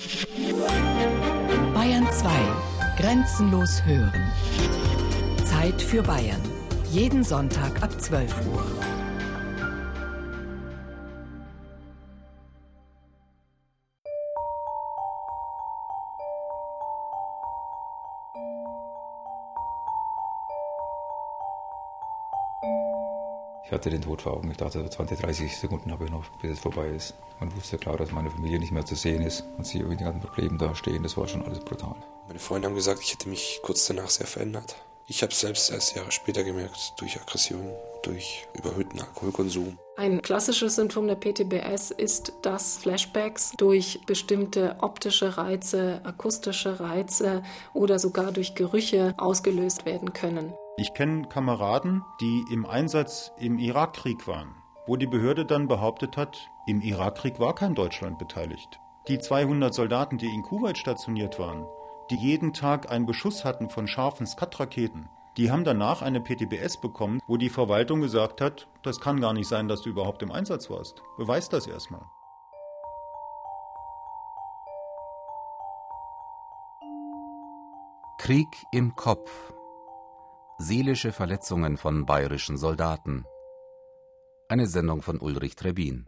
Bayern 2. Grenzenlos hören. Zeit für Bayern. Jeden Sonntag ab 12 Uhr. Ich hatte den Tod vor Augen. Ich dachte, 20, 30 Sekunden habe ich noch, bis es vorbei ist. Man wusste klar, dass meine Familie nicht mehr zu sehen ist und sie mit den ganzen Problemen da stehen. Das war schon alles brutal. Meine Freunde haben gesagt, ich hätte mich kurz danach sehr verändert. Ich habe es selbst erst Jahre später gemerkt, durch Aggression, durch überhöhten Alkoholkonsum. Ein klassisches Symptom der PTBS ist, dass Flashbacks durch bestimmte optische Reize, akustische Reize oder sogar durch Gerüche ausgelöst werden können. Ich kenne Kameraden, die im Einsatz im Irakkrieg waren, wo die Behörde dann behauptet hat, im Irakkrieg war kein Deutschland beteiligt. Die 200 Soldaten, die in Kuwait stationiert waren, die jeden Tag einen Beschuss hatten von scharfen Skat-Raketen, die haben danach eine PTBS bekommen, wo die Verwaltung gesagt hat, das kann gar nicht sein, dass du überhaupt im Einsatz warst. Beweis das erstmal. Krieg im Kopf. Seelische Verletzungen von bayerischen Soldaten. Eine Sendung von Ulrich Trebin.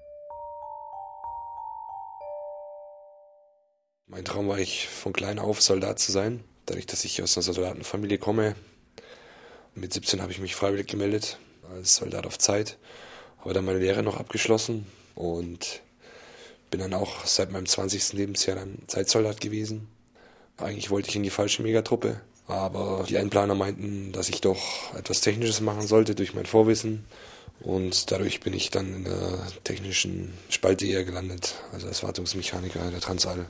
Mein Traum war von klein auf Soldat zu sein. Dadurch, dass ich aus einer Soldatenfamilie komme. Mit 17 habe ich mich freiwillig gemeldet als Soldat auf Zeit. Habe dann meine Lehre noch abgeschlossen und bin dann auch seit meinem 20. Lebensjahr dann Zeitsoldat gewesen. Eigentlich wollte ich in die falsche Megatruppe, aber die Einplaner meinten, dass ich doch etwas Technisches machen sollte durch mein Vorwissen. Und dadurch bin ich dann in der technischen Spalte eher gelandet, also als Wartungsmechaniker der Transall.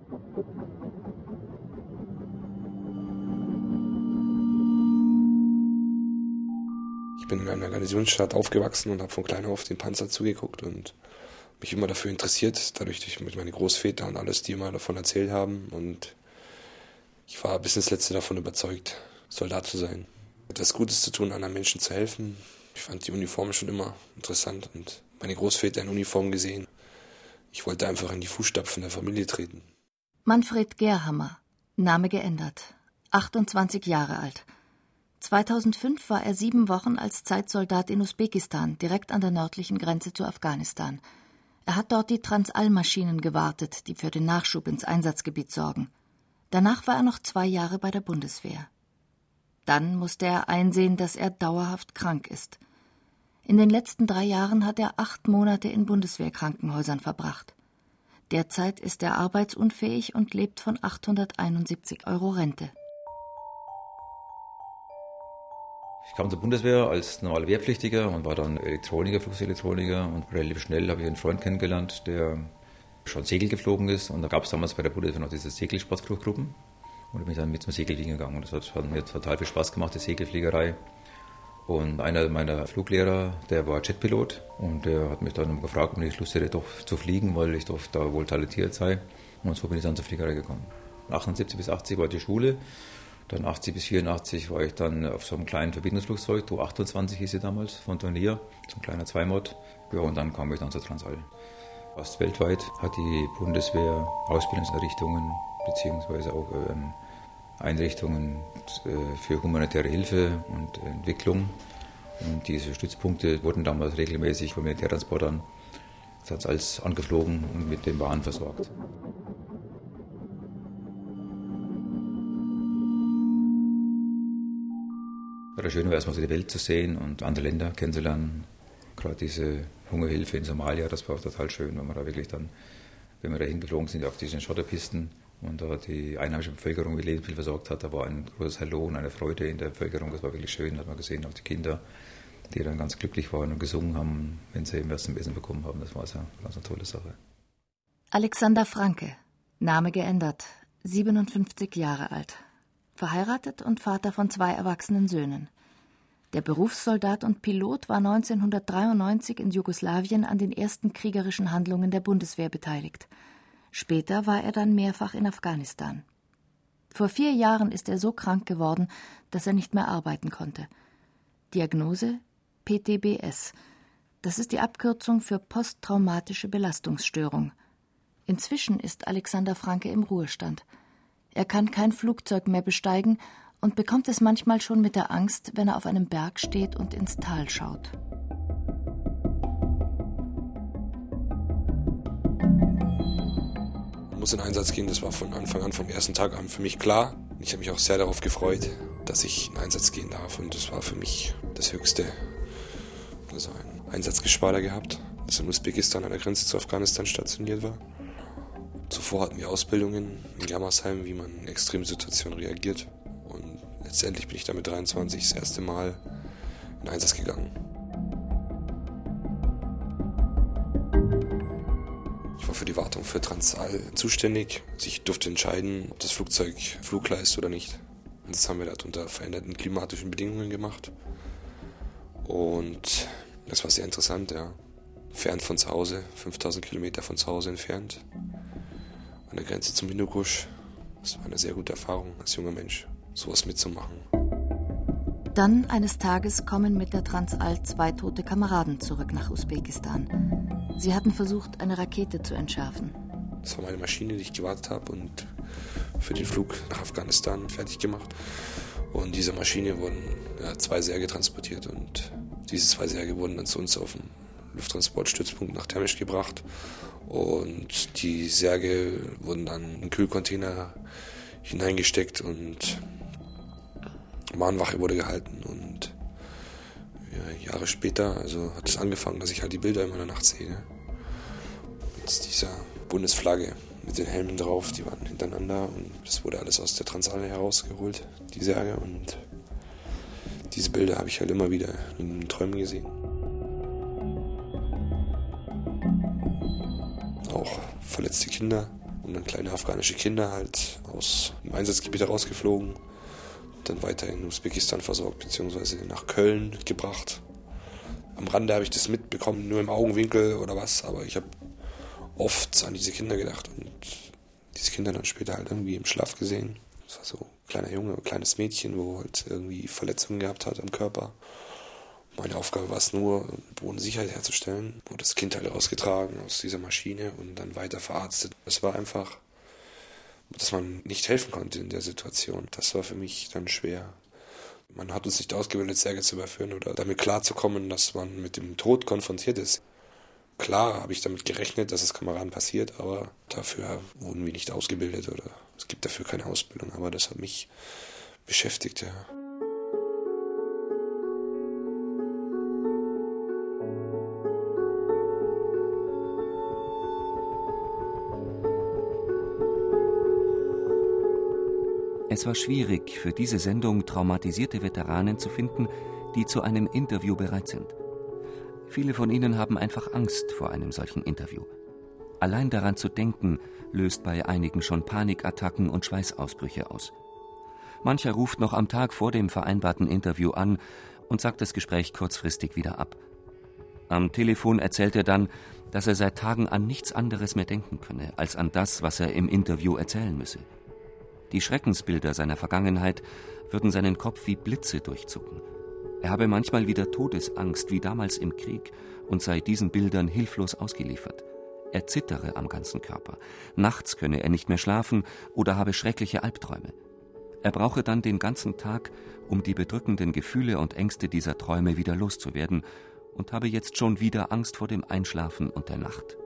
Ich bin in einer Garnisonsstadt aufgewachsen und habe von klein auf den Panzer zugeguckt und mich immer dafür interessiert, dadurch durch meine Großväter und alles, die immer davon erzählt haben. Und ich war bis ins Letzte davon überzeugt, Soldat zu sein. Etwas Gutes zu tun, anderen Menschen zu helfen. Ich fand die Uniform schon immer interessant und meine Großväter in Uniform gesehen. Ich wollte einfach in die Fußstapfen der Familie treten. Manfred Gerhammer, Name geändert, 28 Jahre alt. 2005 war er 7 Wochen als Zeitsoldat in Usbekistan, direkt an der nördlichen Grenze zu Afghanistan. Er hat dort die Transall-Maschinen gewartet, die für den Nachschub ins Einsatzgebiet sorgen. Danach war er noch 2 Jahre bei der Bundeswehr. Dann musste er einsehen, dass er dauerhaft krank ist. In den letzten 3 Jahren hat er 8 Monate in Bundeswehrkrankenhäusern verbracht. Derzeit ist er arbeitsunfähig und lebt von 871 € Rente. Ich kam zur Bundeswehr als normaler Wehrpflichtiger und war dann Elektroniker, Fluxelektroniker. Und relativ schnell habe ich einen Freund kennengelernt, der schon Segel geflogen ist. Und da gab es damals bei der Bundeswehr noch diese Segelsportfluggruppen. Und ich bin dann mit zum Segelfliegen gegangen. Und das hat mir total viel Spaß gemacht, die Segelfliegerei. Und einer meiner Fluglehrer, der war Jetpilot. Und der hat mich dann gefragt, ob ich Lust hätte, doch zu fliegen, weil ich doch da wohl talentiert sei. Und so bin ich dann zur Fliegerei gekommen. 78 bis 80 war die Schule. Dann 80 bis 84 war ich dann auf so einem kleinen Verbindungsflugzeug, Tu-28 hieß sie damals, von Dornier, so ein kleiner Zweimod. Ja, und dann kam ich dann zur Transall. Fast weltweit hat die Bundeswehr Ausbildungseinrichtungen beziehungsweise auch Einrichtungen für humanitäre Hilfe und Entwicklung. Und diese Stützpunkte wurden damals regelmäßig von Militärtransportern als angeflogen und mit den Waren versorgt. Das Schöne war erstmal so die Welt zu sehen und andere Länder kennenzulernen. Gerade diese Hungerhilfe in Somalia, das war auch total schön, wenn wir da wirklich dann, wenn wir da hingeflogen sind auf diesen Schotterpisten und da die einheimische Bevölkerung mit Lebensmittel versorgt hat, da war ein großes Hallo und eine Freude in der Bevölkerung, das war wirklich schön, da hat man gesehen, auch die Kinder, die dann ganz glücklich waren und gesungen haben, wenn sie eben was zum Essen bekommen haben, das war so eine ganz tolle Sache. Alexander Franke, Name geändert, 57 Jahre alt. Verheiratet und Vater von 2 erwachsenen Söhnen. Der Berufssoldat und Pilot war 1993 in Jugoslawien an den ersten kriegerischen Handlungen der Bundeswehr beteiligt. Später war er dann mehrfach in Afghanistan. Vor 4 Jahren ist er so krank geworden, dass er nicht mehr arbeiten konnte. Diagnose: PTBS. Das ist die Abkürzung für posttraumatische Belastungsstörung. Inzwischen ist Alexander Franke im Ruhestand. Er kann kein Flugzeug mehr besteigen und bekommt es manchmal schon mit der Angst, wenn er auf einem Berg steht und ins Tal schaut. Man muss in Einsatz gehen, das war von Anfang an, vom ersten Tag an für mich klar. Ich habe mich auch sehr darauf gefreut, dass ich in Einsatz gehen darf, und das war für mich das Höchste. Also ein Einsatzgeschwader gehabt, das in Usbekistan an der Grenze zu Afghanistan stationiert war. Zuvor hatten wir Ausbildungen in Germersheim, wie man in Extremsituationen reagiert. Und letztendlich bin ich da mit 23 das erste Mal in Einsatz gegangen. Ich war für die Wartung für Transall zuständig. Ich durfte entscheiden, ob das Flugzeug flugklar ist oder nicht. Und das haben wir dort unter veränderten klimatischen Bedingungen gemacht. Und das war sehr interessant, ja. Fern von zu Hause, 5000 Kilometer von zu Hause entfernt. An der Grenze zum Hindukusch. Das war eine sehr gute Erfahrung als junger Mensch, sowas mitzumachen. Dann eines Tages kommen mit der Transall 2 tote Kameraden zurück nach Usbekistan. Sie hatten versucht, eine Rakete zu entschärfen. Das war meine Maschine, die ich gewartet habe und für den Flug nach Afghanistan fertig gemacht. Und dieser Maschine wurden 2 Särge transportiert, und diese 2 Särge wurden dann zu uns auf dem Lufttransportstützpunkt nach Termisch gebracht. Und die Särge wurden dann in einen Kühlcontainer hineingesteckt und Mahnwache wurde gehalten. Und Jahre später hat es angefangen, dass ich halt die Bilder immer in der Nacht sehe. Mit dieser Bundesflagge, mit den Helmen drauf, die waren hintereinander, und das wurde alles aus der Transall herausgeholt, die Särge. Und diese Bilder habe ich halt immer wieder in den Träumen gesehen. Auch verletzte Kinder und dann kleine afghanische Kinder halt aus dem Einsatzgebiet herausgeflogen, dann weiter in Usbekistan versorgt, beziehungsweise nach Köln gebracht. Am Rande habe ich das mitbekommen, nur im Augenwinkel oder was, aber ich habe oft an diese Kinder gedacht und diese Kinder dann später halt irgendwie im Schlaf gesehen. Das war so ein kleiner Junge, ein kleines Mädchen, wo halt irgendwie Verletzungen gehabt hat am Körper. Meine Aufgabe war es nur, Bodensicherheit herzustellen. Wurde das Kind halt rausgetragen aus dieser Maschine und dann weiter verarztet. Es war einfach, dass man nicht helfen konnte in der Situation. Das war für mich dann schwer. Man hat uns nicht ausgebildet, Särge zu überführen oder damit klarzukommen, dass man mit dem Tod konfrontiert ist. Klar habe ich damit gerechnet, dass es Kameraden passiert, aber dafür wurden wir nicht ausgebildet oder es gibt dafür keine Ausbildung. Aber das hat mich beschäftigt, ja. Es war schwierig, für diese Sendung traumatisierte Veteranen zu finden, die zu einem Interview bereit sind. Viele von ihnen haben einfach Angst vor einem solchen Interview. Allein daran zu denken, löst bei einigen schon Panikattacken und Schweißausbrüche aus. Mancher ruft noch am Tag vor dem vereinbarten Interview an und sagt das Gespräch kurzfristig wieder ab. Am Telefon erzählt er dann, dass er seit Tagen an nichts anderes mehr denken könne, als an das, was er im Interview erzählen müsse. Die Schreckensbilder seiner Vergangenheit würden seinen Kopf wie Blitze durchzucken. Er habe manchmal wieder Todesangst, wie damals im Krieg, und sei diesen Bildern hilflos ausgeliefert. Er zittere am ganzen Körper. Nachts könne er nicht mehr schlafen oder habe schreckliche Albträume. Er brauche dann den ganzen Tag, um die bedrückenden Gefühle und Ängste dieser Träume wieder loszuwerden, und habe jetzt schon wieder Angst vor dem Einschlafen und der Nacht.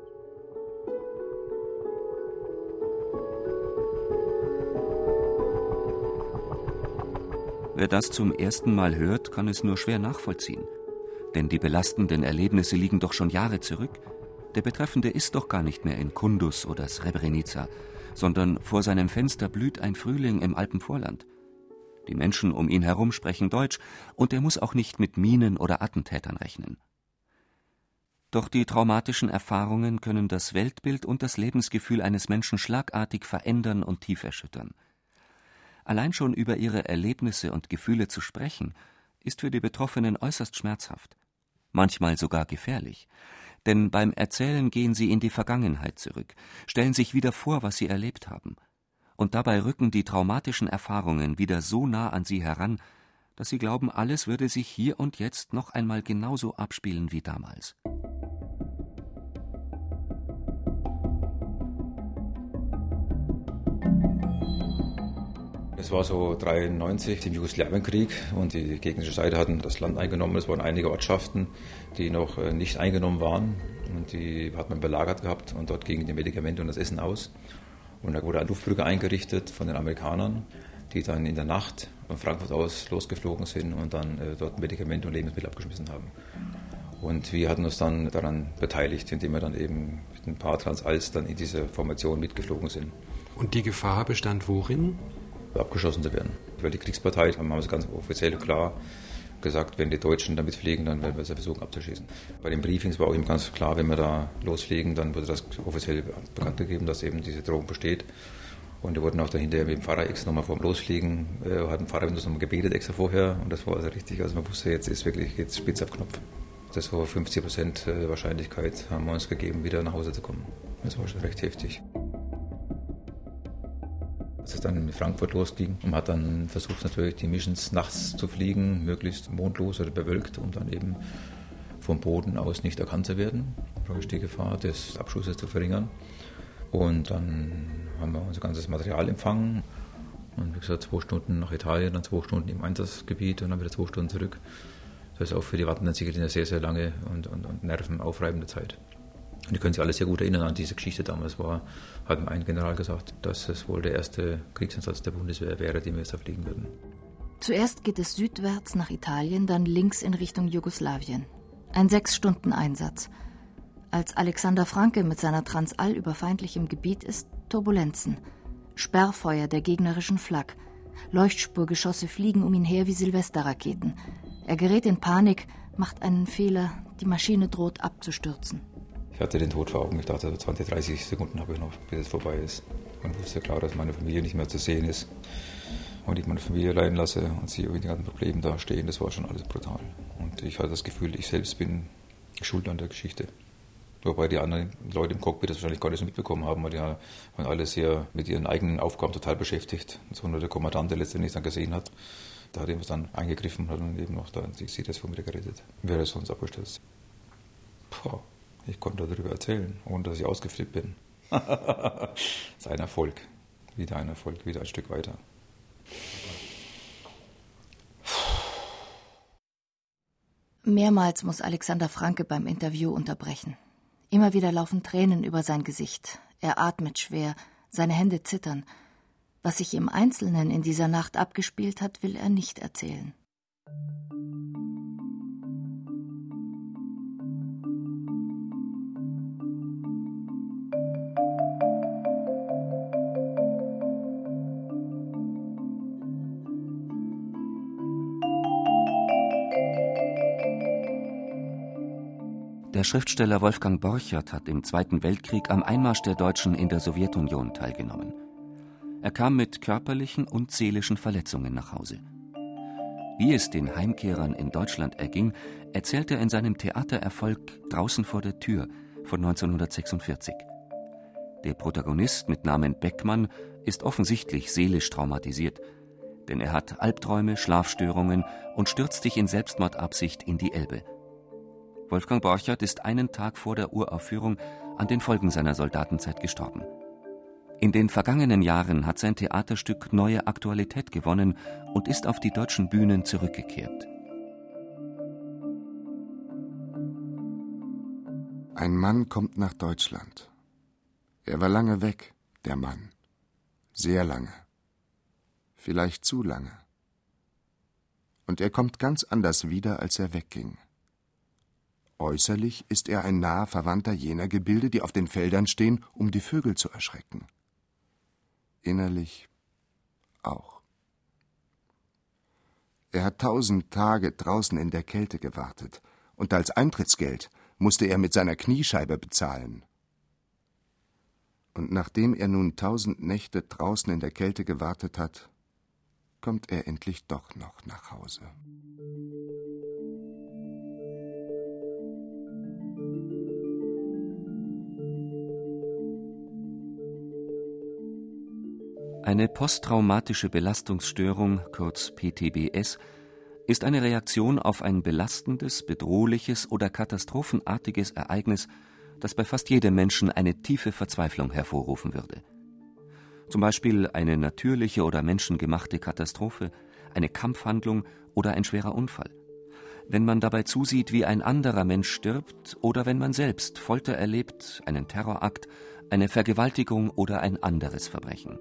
Wer das zum ersten Mal hört, kann es nur schwer nachvollziehen. Denn die belastenden Erlebnisse liegen doch schon Jahre zurück. Der Betreffende ist doch gar nicht mehr in Kunduz oder Srebrenica, sondern vor seinem Fenster blüht ein Frühling im Alpenvorland. Die Menschen um ihn herum sprechen Deutsch und er muss auch nicht mit Minen oder Attentätern rechnen. Doch die traumatischen Erfahrungen können das Weltbild und das Lebensgefühl eines Menschen schlagartig verändern und tief erschüttern. Allein schon über ihre Erlebnisse und Gefühle zu sprechen, ist für die Betroffenen äußerst schmerzhaft, manchmal sogar gefährlich. Denn beim Erzählen gehen sie in die Vergangenheit zurück, stellen sich wieder vor, was sie erlebt haben. Und dabei rücken die traumatischen Erfahrungen wieder so nah an sie heran, dass sie glauben, alles würde sich hier und jetzt noch einmal genauso abspielen wie damals. Es war so 1993 im Jugoslawienkrieg und die gegnerische Seite hatten das Land eingenommen. Es waren einige Ortschaften, die noch nicht eingenommen waren und die hat man belagert gehabt und dort gingen die Medikamente und das Essen aus. Und da wurde eine Luftbrücke eingerichtet von den Amerikanern, die dann in der Nacht von Frankfurt aus losgeflogen sind und dann dort Medikamente und Lebensmittel abgeschmissen haben. Und wir hatten uns dann daran beteiligt, indem wir dann eben mit ein paar Transals dann in diese Formation mitgeflogen sind. Und die Gefahr bestand worin? Abgeschossen zu werden. Weil die Kriegspartei, haben sie ganz offiziell klar gesagt, wenn die Deutschen damit fliegen, dann werden wir sie versuchen abzuschießen. Bei den Briefings war auch eben ganz klar, wenn wir da losfliegen, dann wurde das offiziell bekannt gegeben, dass eben diese Drohung besteht. Und wir wurden auch dahinter mit dem Pfarrer extra nochmal vor dem Losfliegen, hat ein Pfarrer mit uns nochmal gebetet extra vorher und das war also richtig, also man wusste, jetzt ist wirklich jetzt spitz auf Knopf. Das war 50% Wahrscheinlichkeit, haben wir uns gegeben, wieder nach Hause zu kommen. Das war schon recht heftig. Als es dann in Frankfurt losging, man hat dann versucht natürlich die Missions nachts zu fliegen, möglichst mondlos oder bewölkt, um dann eben vom Boden aus nicht erkannt zu werden, praktisch die Gefahr des Abschusses zu verringern. Und dann haben wir unser ganzes Material empfangen und wie gesagt 2 Stunden nach Italien, dann 2 Stunden im Einsatzgebiet und dann wieder 2 Stunden zurück. Das ist auch für die wartenden Zivilisten eine sehr, sehr lange und nervenaufreibende Zeit. Und die können sich alle sehr gut erinnern an diese Geschichte damals. Hat mir ein General gesagt, dass es wohl der erste Kriegseinsatz der Bundeswehr wäre, den wir jetzt da fliegen würden. Zuerst geht es südwärts nach Italien, dann links in Richtung Jugoslawien. Ein 6-Stunden-Einsatz. Als Alexander Franke mit seiner Transall über feindlichem Gebiet ist, Turbulenzen. Sperrfeuer der gegnerischen Flak. Leuchtspurgeschosse fliegen um ihn her wie Silvesterraketen. Er gerät in Panik, macht einen Fehler, die Maschine droht abzustürzen. Ich hatte den Tod vor Augen. Ich dachte, 20, 30 Sekunden habe ich noch, bis es vorbei ist. Und wusste klar, dass meine Familie nicht mehr zu sehen ist. Und ich meine Familie allein lasse und sie mit den ganzen Problemen da stehen. Das war schon alles brutal. Und ich hatte das Gefühl, ich selbst bin schuld an der Geschichte. Wobei die anderen Leute im Cockpit das wahrscheinlich gar nicht so mitbekommen haben, weil die waren alle sehr mit ihren eigenen Aufgaben total beschäftigt. So nur der Kommandant, der letztendlich dann gesehen hat, da hat jemand dann eingegriffen und hat dann eben noch die Situation wieder gerettet. Wäre sonst abgestürzt. Ich konnte darüber erzählen, ohne dass ich ausgeflippt bin. Das ist ein Erfolg. Wieder ein Erfolg, wieder ein Stück weiter. Mehrmals muss Alexander Franke beim Interview unterbrechen. Immer wieder laufen Tränen über sein Gesicht. Er atmet schwer, seine Hände zittern. Was sich im Einzelnen in dieser Nacht abgespielt hat, will er nicht erzählen. Der Schriftsteller Wolfgang Borchert hat im Zweiten Weltkrieg am Einmarsch der Deutschen in der Sowjetunion teilgenommen. Er kam mit körperlichen und seelischen Verletzungen nach Hause. Wie es den Heimkehrern in Deutschland erging, erzählt er in seinem Theatererfolg Draußen vor der Tür von 1946. Der Protagonist mit Namen Beckmann ist offensichtlich seelisch traumatisiert, denn er hat Albträume, Schlafstörungen und stürzt sich in Selbstmordabsicht in die Elbe. Wolfgang Borchert ist einen Tag vor der Uraufführung an den Folgen seiner Soldatenzeit gestorben. In den vergangenen Jahren hat sein Theaterstück neue Aktualität gewonnen und ist auf die deutschen Bühnen zurückgekehrt. Ein Mann kommt nach Deutschland. Er war lange weg, der Mann. Sehr lange. Vielleicht zu lange. Und er kommt ganz anders wieder, als er wegging. Äußerlich ist er ein naher Verwandter jener Gebilde, die auf den Feldern stehen, um die Vögel zu erschrecken. Innerlich auch. Er hat 1000 Tage draußen in der Kälte gewartet, und als Eintrittsgeld musste er mit seiner Kniescheibe bezahlen. Und nachdem er nun 1000 Nächte draußen in der Kälte gewartet hat, kommt er endlich doch noch nach Hause. Eine posttraumatische Belastungsstörung, kurz PTBS, ist eine Reaktion auf ein belastendes, bedrohliches oder katastrophenartiges Ereignis, das bei fast jedem Menschen eine tiefe Verzweiflung hervorrufen würde. Zum Beispiel eine natürliche oder menschengemachte Katastrophe, eine Kampfhandlung oder ein schwerer Unfall. Wenn man dabei zusieht, wie ein anderer Mensch stirbt oder wenn man selbst Folter erlebt, einen Terrorakt, eine Vergewaltigung oder ein anderes Verbrechen.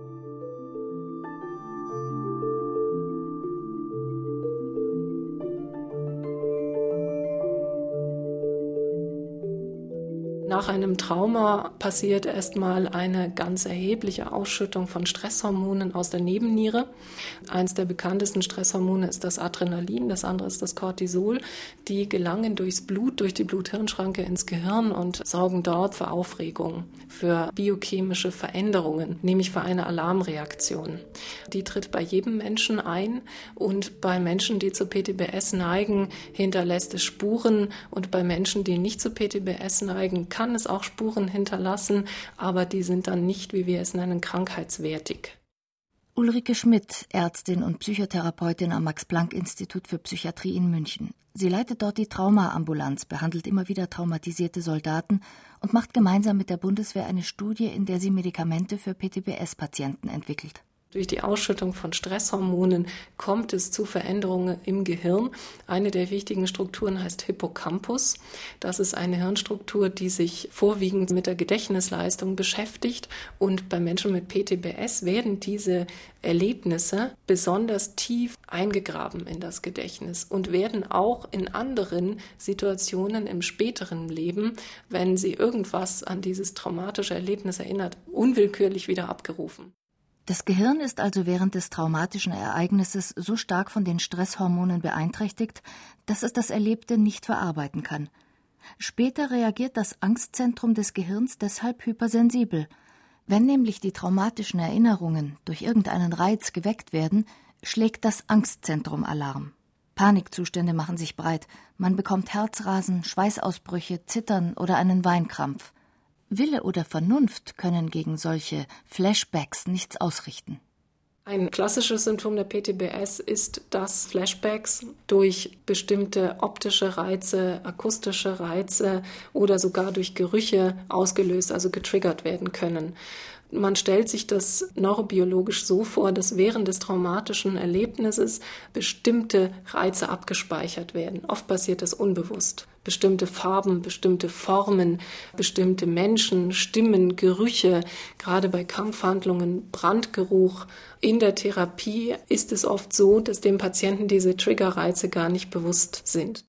Nach einem Trauma passiert erstmal eine ganz erhebliche Ausschüttung von Stresshormonen aus der Nebenniere. Eines der bekanntesten Stresshormone ist das Adrenalin, das andere ist das Cortisol. Die gelangen durchs Blut, durch die Blut-Hirn-Schranke ins Gehirn und sorgen dort für Aufregung, für biochemische Veränderungen, nämlich für eine Alarmreaktion. Die tritt bei jedem Menschen ein und bei Menschen, die zu PTBS neigen, hinterlässt es Spuren und bei Menschen, die nicht zu PTBS neigen, kann es auch Spuren hinterlassen, aber die sind dann nicht, wie wir es nennen, krankheitswertig. Ulrike Schmidt, Ärztin und Psychotherapeutin am Max-Planck-Institut für Psychiatrie in München. Sie leitet dort die Traumaambulanz, behandelt immer wieder traumatisierte Soldaten und macht gemeinsam mit der Bundeswehr eine Studie, in der sie Medikamente für PTBS-Patienten entwickelt. Durch die Ausschüttung von Stresshormonen kommt es zu Veränderungen im Gehirn. Eine der wichtigen Strukturen heißt Hippocampus. Das ist eine Hirnstruktur, die sich vorwiegend mit der Gedächtnisleistung beschäftigt. Und bei Menschen mit PTBS werden diese Erlebnisse besonders tief eingegraben in das Gedächtnis und werden auch in anderen Situationen im späteren Leben, wenn sie irgendwas an dieses traumatische Erlebnis erinnert, unwillkürlich wieder abgerufen. Das Gehirn ist also während des traumatischen Ereignisses so stark von den Stresshormonen beeinträchtigt, dass es das Erlebte nicht verarbeiten kann. Später reagiert das Angstzentrum des Gehirns deshalb hypersensibel. Wenn nämlich die traumatischen Erinnerungen durch irgendeinen Reiz geweckt werden, schlägt das Angstzentrum Alarm. Panikzustände machen sich breit, man bekommt Herzrasen, Schweißausbrüche, Zittern oder einen Weinkrampf. Wille oder Vernunft können gegen solche Flashbacks nichts ausrichten. Ein klassisches Symptom der PTBS ist, dass Flashbacks durch bestimmte optische Reize, akustische Reize oder sogar durch Gerüche ausgelöst, also getriggert werden können. Man stellt sich das neurobiologisch so vor, dass während des traumatischen Erlebnisses bestimmte Reize abgespeichert werden. Oft passiert das unbewusst. Bestimmte Farben, bestimmte Formen, bestimmte Menschen, Stimmen, Gerüche, gerade bei Kampfhandlungen, Brandgeruch. In der Therapie ist es oft so, dass dem Patienten diese Triggerreize gar nicht bewusst sind.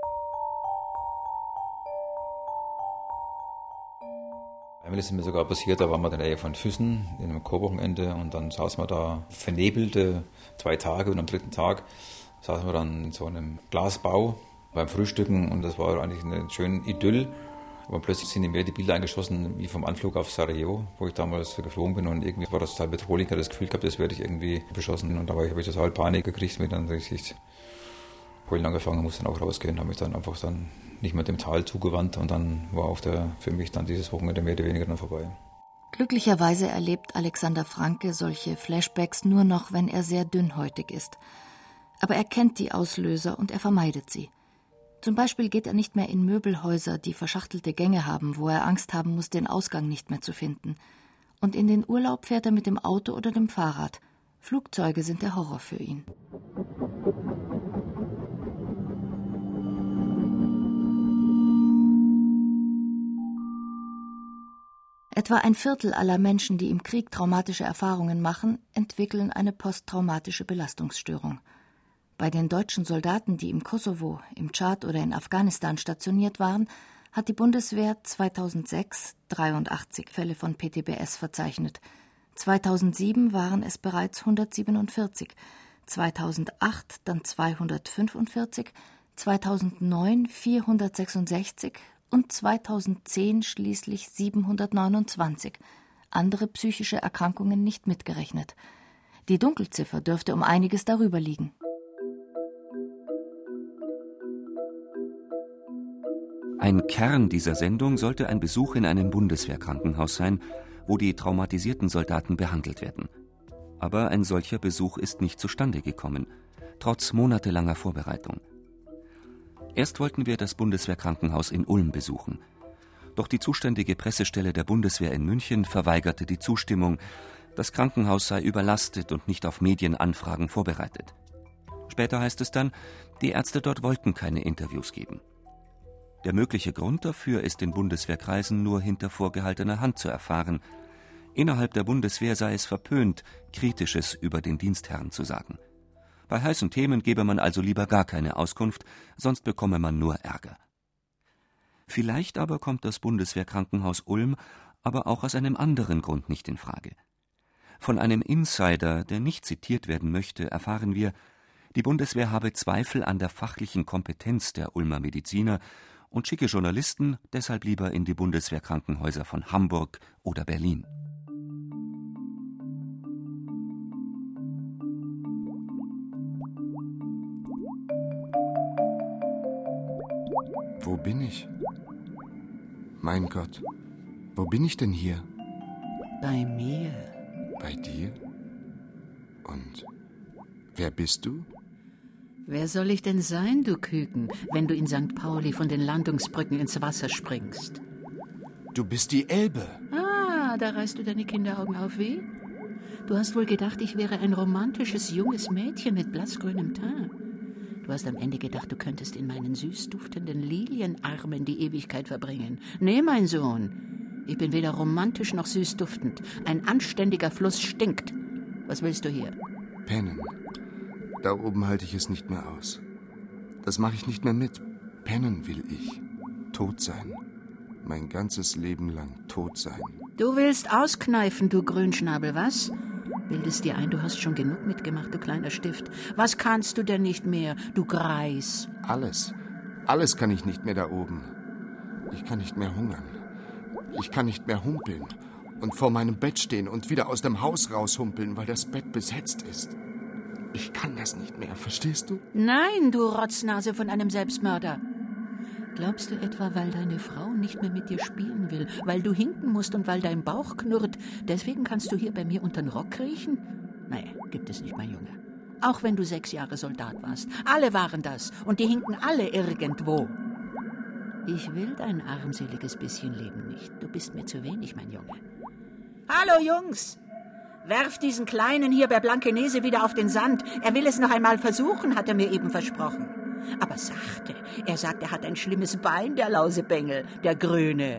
Einmal ist es mir sogar passiert, da waren wir in der Nähe von Füssen in einem Chorwochenende und dann saßen wir da vernebelte 2 Tage und am 3. Tag saßen wir dann in so einem Glasbau beim Frühstücken und das war eigentlich eine schöne Idyll. Aber plötzlich sind in mir die Bilder eingeschossen, wie vom Anflug auf Sarajevo, wo ich damals geflogen bin und irgendwie war das total bedrohlich, ich hatte das Gefühl gehabt, das werde ich irgendwie beschossen und da habe ich total Panik gekriegt, mir dann richtig heulen angefangen, musste dann auch rausgehen, habe mich dann einfach nicht mehr dem Tal zugewandt und dann war für mich dann dieses Wochenende mehr oder weniger dann vorbei. Glücklicherweise erlebt Alexander Franke solche Flashbacks nur noch, wenn er sehr dünnhäutig ist. Aber er kennt die Auslöser und er vermeidet sie. Zum Beispiel geht er nicht mehr in Möbelhäuser, die verschachtelte Gänge haben, wo er Angst haben muss, den Ausgang nicht mehr zu finden. Und in den Urlaub fährt er mit dem Auto oder dem Fahrrad. Flugzeuge sind der Horror für ihn. Etwa 1/4 aller Menschen, die im Krieg traumatische Erfahrungen machen, entwickeln eine posttraumatische Belastungsstörung. Bei den deutschen Soldaten, die im Kosovo, im Tschad oder in Afghanistan stationiert waren, hat die Bundeswehr 2006 83 Fälle von PTBS verzeichnet. 2007 waren es bereits 147, 2008 dann 245, 2009 466 und 2010 schließlich 729. Andere psychische Erkrankungen nicht mitgerechnet. Die Dunkelziffer dürfte um einiges darüber liegen. Ein Kern dieser Sendung sollte ein Besuch in einem Bundeswehrkrankenhaus sein, wo die traumatisierten Soldaten behandelt werden. Aber ein solcher Besuch ist nicht zustande gekommen, trotz monatelanger Vorbereitung. Erst wollten wir das Bundeswehrkrankenhaus in Ulm besuchen. Doch die zuständige Pressestelle der Bundeswehr in München verweigerte die Zustimmung, Das Krankenhaus sei überlastet und nicht auf Medienanfragen vorbereitet. Später heißt es dann, die Ärzte dort wollten keine Interviews geben. Der mögliche Grund dafür ist in Bundeswehrkreisen nur hinter vorgehaltener Hand zu erfahren. Innerhalb der Bundeswehr sei es verpönt, Kritisches über den Dienstherrn zu sagen. Bei heißen Themen gebe man also lieber gar keine Auskunft, sonst bekomme man nur Ärger. Vielleicht aber kommt das Bundeswehrkrankenhaus Ulm aber auch aus einem anderen Grund nicht in Frage. Von einem Insider, der nicht zitiert werden möchte, erfahren wir, die Bundeswehr habe Zweifel an der fachlichen Kompetenz der Ulmer Mediziner und schicke Journalisten deshalb lieber in die Bundeswehrkrankenhäuser von Hamburg oder Berlin. Wo bin ich? Mein Gott, wo bin ich denn hier? Bei mir. Bei dir? Und wer bist du? Wer soll ich denn sein, du Küken, wenn du in St. Pauli von den Landungsbrücken ins Wasser springst? Du bist die Elbe. Ah, da reißt du deine Kinderaugen auf wie? Du hast wohl gedacht, ich wäre ein romantisches, junges Mädchen mit blassgrünem Teint. Du hast am Ende gedacht, du könntest in meinen süß duftenden Lilienarmen die Ewigkeit verbringen. Nee, mein Sohn, ich bin weder romantisch noch süß duftend. Ein anständiger Fluss stinkt. Was willst du hier? Pennen. Da oben halte ich es nicht mehr aus. Das mache ich nicht mehr mit. Pennen will ich. Tot sein. Mein ganzes Leben lang tot sein. Du willst auskneifen, du Grünschnabel, was? Bildest dir ein, du hast schon genug mitgemacht, du kleiner Stift. Was kannst du denn nicht mehr, du Greis? Alles. Alles kann ich nicht mehr da oben. Ich kann nicht mehr hungern. Ich kann nicht mehr humpeln und vor meinem Bett stehen und wieder aus dem Haus raushumpeln, weil das Bett besetzt ist. Ich kann das nicht mehr, verstehst du? Nein, du Rotznase von einem Selbstmörder. Glaubst du etwa, weil deine Frau nicht mehr mit dir spielen will, weil du hinken musst und weil dein Bauch knurrt, deswegen kannst du hier bei mir unter den Rock kriechen? Nee, gibt es nicht, mein Junge. Auch wenn du 6 Jahre Soldat warst. Alle waren das und die hinken alle irgendwo. Ich will dein armseliges bisschen Leben nicht. Du bist mir zu wenig, mein Junge. Hallo, Jungs! Werft diesen Kleinen hier bei Blankenese wieder auf den Sand. Er will es noch einmal versuchen, hat er mir eben versprochen. Aber sachte, er sagt, er hat ein schlimmes Bein, der Lausebengel, der Grüne.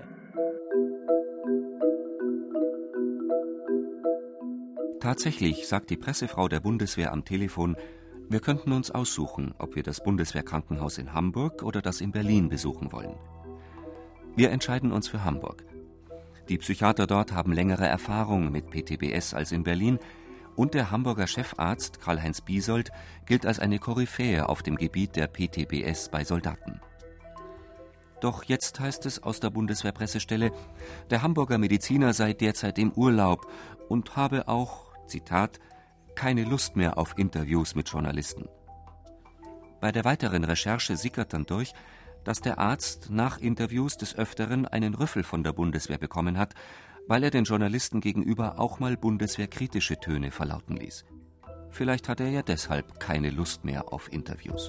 Tatsächlich sagt die Pressefrau der Bundeswehr am Telefon, wir könnten uns aussuchen, ob wir das Bundeswehrkrankenhaus in Hamburg oder das in Berlin besuchen wollen. Wir entscheiden uns für Hamburg. Die Psychiater dort haben längere Erfahrung mit PTBS als in Berlin und der Hamburger Chefarzt Karl-Heinz Biesold gilt als eine Koryphäe auf dem Gebiet der PTBS bei Soldaten. Doch jetzt heißt es aus der Bundeswehrpressestelle, der Hamburger Mediziner sei derzeit im Urlaub und habe auch, Zitat, keine Lust mehr auf Interviews mit Journalisten. Bei der weiteren Recherche sickert dann durch, dass der Arzt nach Interviews des Öfteren einen Rüffel von der Bundeswehr bekommen hat, weil er den Journalisten gegenüber auch mal bundeswehrkritische Töne verlauten ließ. Vielleicht hat er ja deshalb keine Lust mehr auf Interviews.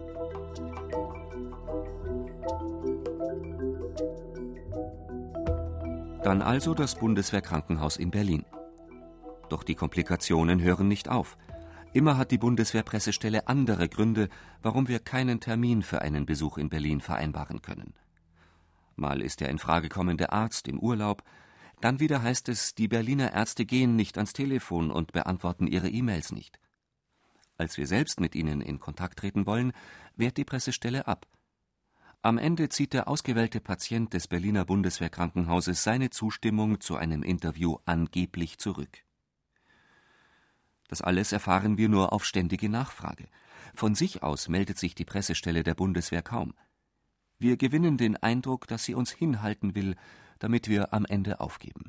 Dann also das Bundeswehrkrankenhaus in Berlin. Doch die Komplikationen hören nicht auf. Immer hat die Bundeswehrpressestelle andere Gründe, warum wir keinen Termin für einen Besuch in Berlin vereinbaren können. Mal ist der in Frage kommende Arzt im Urlaub, dann wieder heißt es, die Berliner Ärzte gehen nicht ans Telefon und beantworten ihre E-Mails nicht. Als wir selbst mit ihnen in Kontakt treten wollen, wehrt die Pressestelle ab. Am Ende zieht der ausgewählte Patient des Berliner Bundeswehrkrankenhauses seine Zustimmung zu einem Interview angeblich zurück. Das alles erfahren wir nur auf ständige Nachfrage. Von sich aus meldet sich die Pressestelle der Bundeswehr kaum. Wir gewinnen den Eindruck, dass sie uns hinhalten will, damit wir am Ende aufgeben.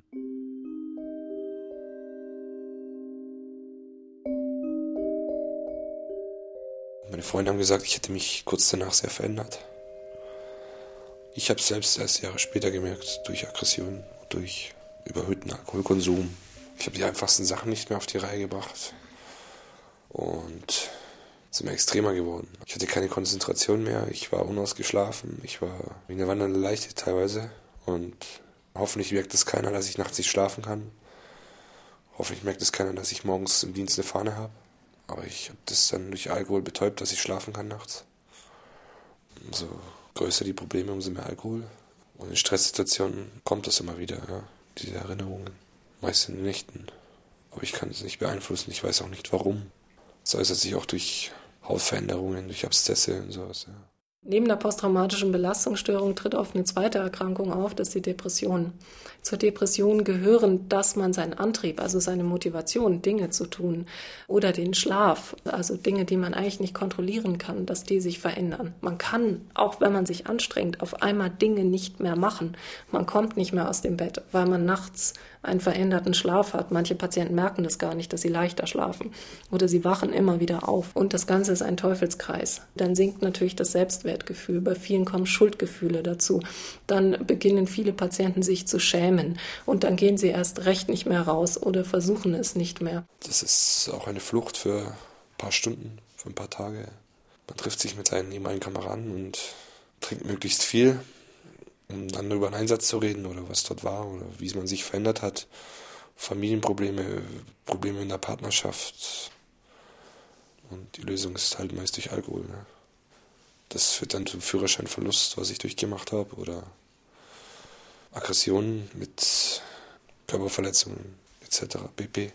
Meine Freunde haben gesagt, ich hätte mich kurz danach sehr verändert. Ich habe es selbst erst Jahre später gemerkt, durch Aggression, durch überhöhten Alkoholkonsum. Ich habe die einfachsten Sachen nicht mehr auf die Reihe gebracht und es ist immer extremer geworden. Ich hatte keine Konzentration mehr, ich war unausgeschlafen, ich war wie eine wandernde Leiche teilweise und hoffentlich merkt es keiner, dass ich nachts nicht schlafen kann. Hoffentlich merkt es keiner, dass ich morgens im Dienst eine Fahne habe. Aber ich habe das dann durch Alkohol betäubt, dass ich schlafen kann nachts. Umso größer die Probleme, umso mehr Alkohol. Und in Stresssituationen kommt das immer wieder, ja, diese Erinnerungen. Meist in den Nächten. Aber ich kann es nicht beeinflussen, ich weiß auch nicht warum. Es äußert sich auch durch Hautveränderungen, durch Abszesse und sowas, ja. Neben der posttraumatischen Belastungsstörung tritt oft eine zweite Erkrankung auf, das ist die Depression. Zur Depression gehören, dass man seinen Antrieb, also seine Motivation, Dinge zu tun, oder den Schlaf, also Dinge, die man eigentlich nicht kontrollieren kann, dass die sich verändern. Man kann, auch wenn man sich anstrengt, auf einmal Dinge nicht mehr machen. Man kommt nicht mehr aus dem Bett, weil man nachts einen veränderten Schlaf hat. Manche Patienten merken das gar nicht, dass sie leichter schlafen oder sie wachen immer wieder auf. Und das Ganze ist ein Teufelskreis. Dann sinkt natürlich das Selbstwertgefühl. Bei vielen kommen Schuldgefühle dazu. Dann beginnen viele Patienten sich zu schämen und dann gehen sie erst recht nicht mehr raus oder versuchen es nicht mehr. Das ist auch eine Flucht für ein paar Stunden, für ein paar Tage. Man trifft sich mit seinen ehemaligen Kameraden und trinkt möglichst viel, um dann über einen Einsatz zu reden oder was dort war oder wie man sich verändert hat. Familienprobleme, Probleme in der Partnerschaft. Und die Lösung ist halt meist durch Alkohol. Ne? Das führt dann zum Führerscheinverlust, was ich durchgemacht habe, oder Aggressionen mit Körperverletzungen etc. pp.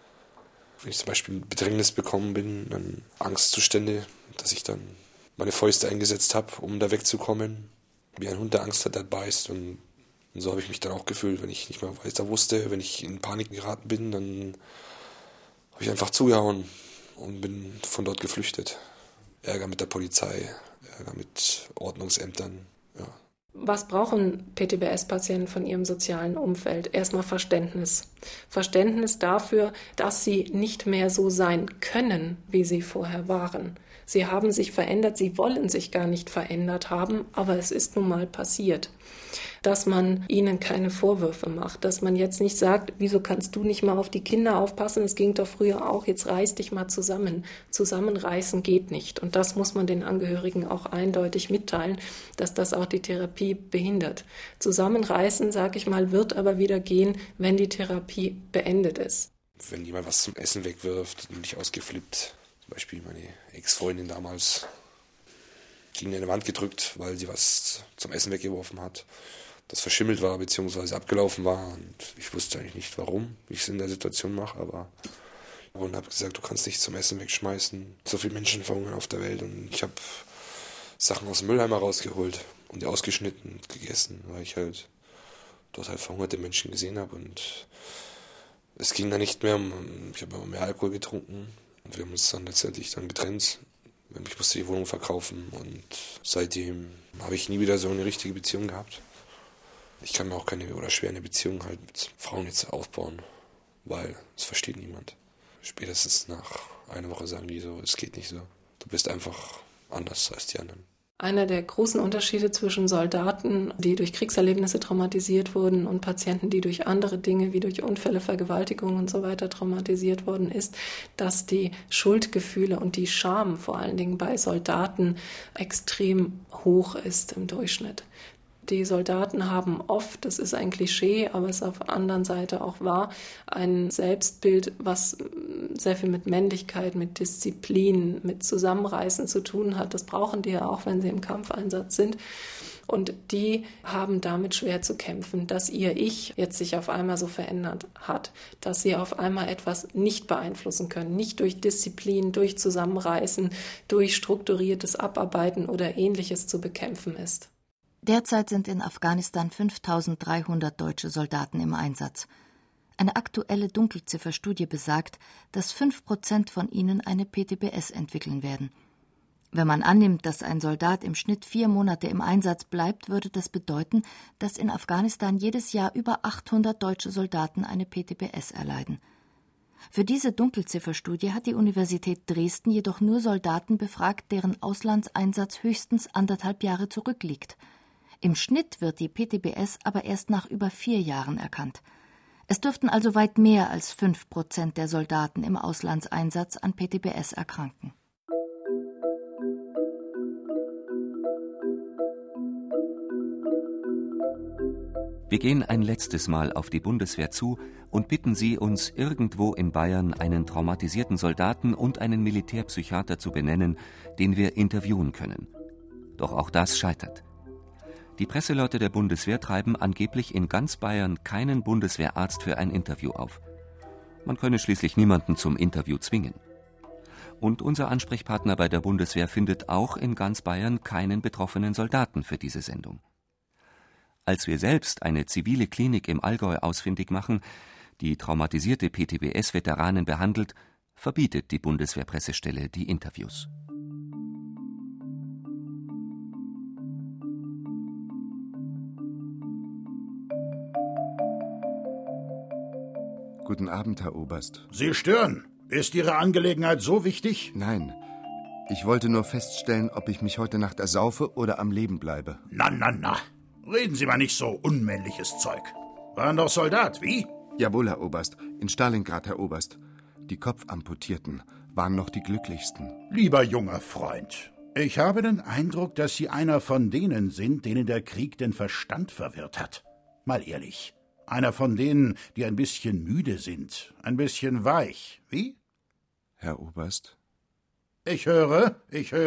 Wenn ich zum Beispiel in Bedrängnis bekommen bin, dann Angstzustände, dass ich dann meine Fäuste eingesetzt habe, um da wegzukommen. Wie ein Hund, der Angst hat, der beißt. Und so habe ich mich dann auch gefühlt, wenn ich nicht mehr weiter wusste, wenn ich in Panik geraten bin, dann habe ich einfach zugehauen und bin von dort geflüchtet. Ärger mit der Polizei, Ärger mit Ordnungsämtern, ja. Was brauchen PTBS-Patienten von ihrem sozialen Umfeld? Erstmal Verständnis. Verständnis dafür, dass sie nicht mehr so sein können, wie sie vorher waren. Sie haben sich verändert, sie wollen sich gar nicht verändert haben, aber es ist nun mal passiert. Dass man ihnen keine Vorwürfe macht, dass man jetzt nicht sagt, wieso kannst du nicht mal auf die Kinder aufpassen, es ging doch früher auch, jetzt reiß dich mal zusammen. Zusammenreißen geht nicht. Und das muss man den Angehörigen auch eindeutig mitteilen, dass das auch die Therapie behindert. Zusammenreißen, sage ich mal, wird aber wieder gehen, wenn die Therapie beendet ist. Wenn jemand was zum Essen wegwirft, bin ich ausgeflippt. Zum Beispiel meine Ex-Freundin damals gegen eine Wand gedrückt, weil sie was zum Essen weggeworfen hat, das verschimmelt war bzw. abgelaufen war. Und ich wusste eigentlich nicht, warum ich es in der Situation mache, aber und habe gesagt, du kannst nicht zum Essen wegschmeißen. So viele Menschen verhungern auf der Welt und ich habe Sachen aus dem Mülleimer rausgeholt und die ausgeschnitten und gegessen, weil ich halt dort halt verhungerte Menschen gesehen habe. Und es ging dann nicht mehr, ich habe immer mehr Alkohol getrunken. Und wir haben uns dann letztendlich getrennt. Ich musste die Wohnung verkaufen und seitdem habe ich nie wieder so eine richtige Beziehung gehabt. Ich kann mir auch keine oder schwer eine Beziehung halt mit Frauen jetzt aufbauen, weil es versteht niemand. Spätestens nach einer Woche sagen die so, es geht nicht so. Du bist einfach anders als die anderen. Einer der großen Unterschiede zwischen Soldaten, die durch Kriegserlebnisse traumatisiert wurden, und Patienten, die durch andere Dinge wie durch Unfälle, Vergewaltigungen und so weiter traumatisiert wurden, ist, dass die Schuldgefühle und die Scham vor allen Dingen bei Soldaten extrem hoch ist im Durchschnitt. Die Soldaten haben oft, das ist ein Klischee, aber es ist auf der anderen Seite auch wahr, ein Selbstbild, was sehr viel mit Männlichkeit, mit Disziplin, mit Zusammenreißen zu tun hat. Das brauchen die ja auch, wenn sie im Kampfeinsatz sind. Und die haben damit schwer zu kämpfen, dass ihr Ich jetzt sich auf einmal so verändert hat, dass sie auf einmal etwas nicht beeinflussen können, nicht durch Disziplin, durch Zusammenreißen, durch strukturiertes Abarbeiten oder Ähnliches zu bekämpfen ist. Derzeit sind in Afghanistan 5.300 deutsche Soldaten im Einsatz. Eine aktuelle Dunkelzifferstudie besagt, dass 5% von ihnen eine PTBS entwickeln werden. Wenn man annimmt, dass ein Soldat im Schnitt 4 Monate im Einsatz bleibt, würde das bedeuten, dass in Afghanistan jedes Jahr über 800 deutsche Soldaten eine PTBS erleiden. Für diese Dunkelzifferstudie hat die Universität Dresden jedoch nur Soldaten befragt, deren Auslandseinsatz höchstens 1,5 Jahre zurückliegt. Im Schnitt wird die PTBS aber erst nach über 4 Jahren erkannt. Es dürften also weit mehr als 5% der Soldaten im Auslandseinsatz an PTBS erkranken. Wir gehen ein letztes Mal auf die Bundeswehr zu und bitten sie, uns irgendwo in Bayern einen traumatisierten Soldaten und einen Militärpsychiater zu benennen, den wir interviewen können. Doch auch das scheitert. Die Presseleute der Bundeswehr treiben angeblich in ganz Bayern keinen Bundeswehrarzt für ein Interview auf. Man könne schließlich niemanden zum Interview zwingen. Und unser Ansprechpartner bei der Bundeswehr findet auch in ganz Bayern keinen betroffenen Soldaten für diese Sendung. Als wir selbst eine zivile Klinik im Allgäu ausfindig machen, die traumatisierte PTBS-Veteranen behandelt, verbietet die Bundeswehrpressestelle die Interviews. Guten Abend, Herr Oberst. Sie stören. Ist Ihre Angelegenheit so wichtig? Nein. Ich wollte nur feststellen, ob ich mich heute Nacht ersaufe oder am Leben bleibe. Na. Reden Sie mal nicht so unmännliches Zeug. Waren doch Soldat, wie? Jawohl, Herr Oberst. In Stalingrad, Herr Oberst. Die Kopfamputierten waren noch die glücklichsten. Lieber junger Freund, ich habe den Eindruck, dass Sie einer von denen sind, denen der Krieg den Verstand verwirrt hat. Mal ehrlich. Einer von denen, die ein bisschen müde sind, ein bisschen weich, wie? Herr Oberst? Ich höre.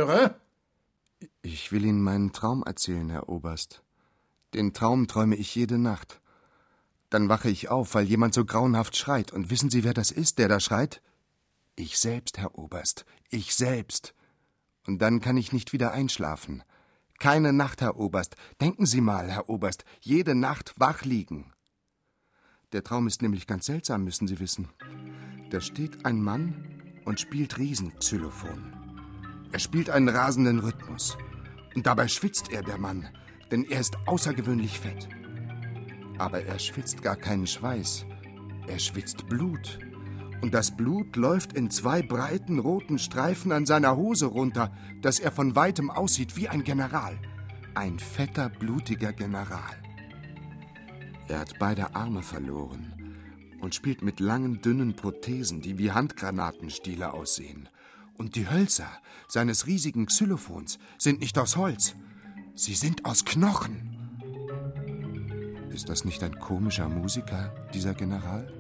Ich will Ihnen meinen Traum erzählen, Herr Oberst. Den Traum träume ich jede Nacht. Dann wache ich auf, weil jemand so grauenhaft schreit. Und wissen Sie, wer das ist, der da schreit? Ich selbst, Herr Oberst, ich selbst. Und dann kann ich nicht wieder einschlafen. Keine Nacht, Herr Oberst. Denken Sie mal, Herr Oberst, jede Nacht wach liegen. Der Traum ist nämlich ganz seltsam, müssen Sie wissen. Da steht ein Mann und spielt Riesenxylophon. Er spielt einen rasenden Rhythmus. Und dabei schwitzt er, der Mann, denn er ist außergewöhnlich fett. Aber er schwitzt gar keinen Schweiß. Er schwitzt Blut. Und das Blut läuft in 2 breiten roten Streifen an seiner Hose runter, dass er von weitem aussieht wie ein General. Ein fetter, blutiger General. Er hat beide Arme verloren und spielt mit langen, dünnen Prothesen, die wie Handgranatenstiele aussehen. Und die Hölzer seines riesigen Xylophons sind nicht aus Holz, sie sind aus Knochen. Ist das nicht ein komischer Musiker, dieser General?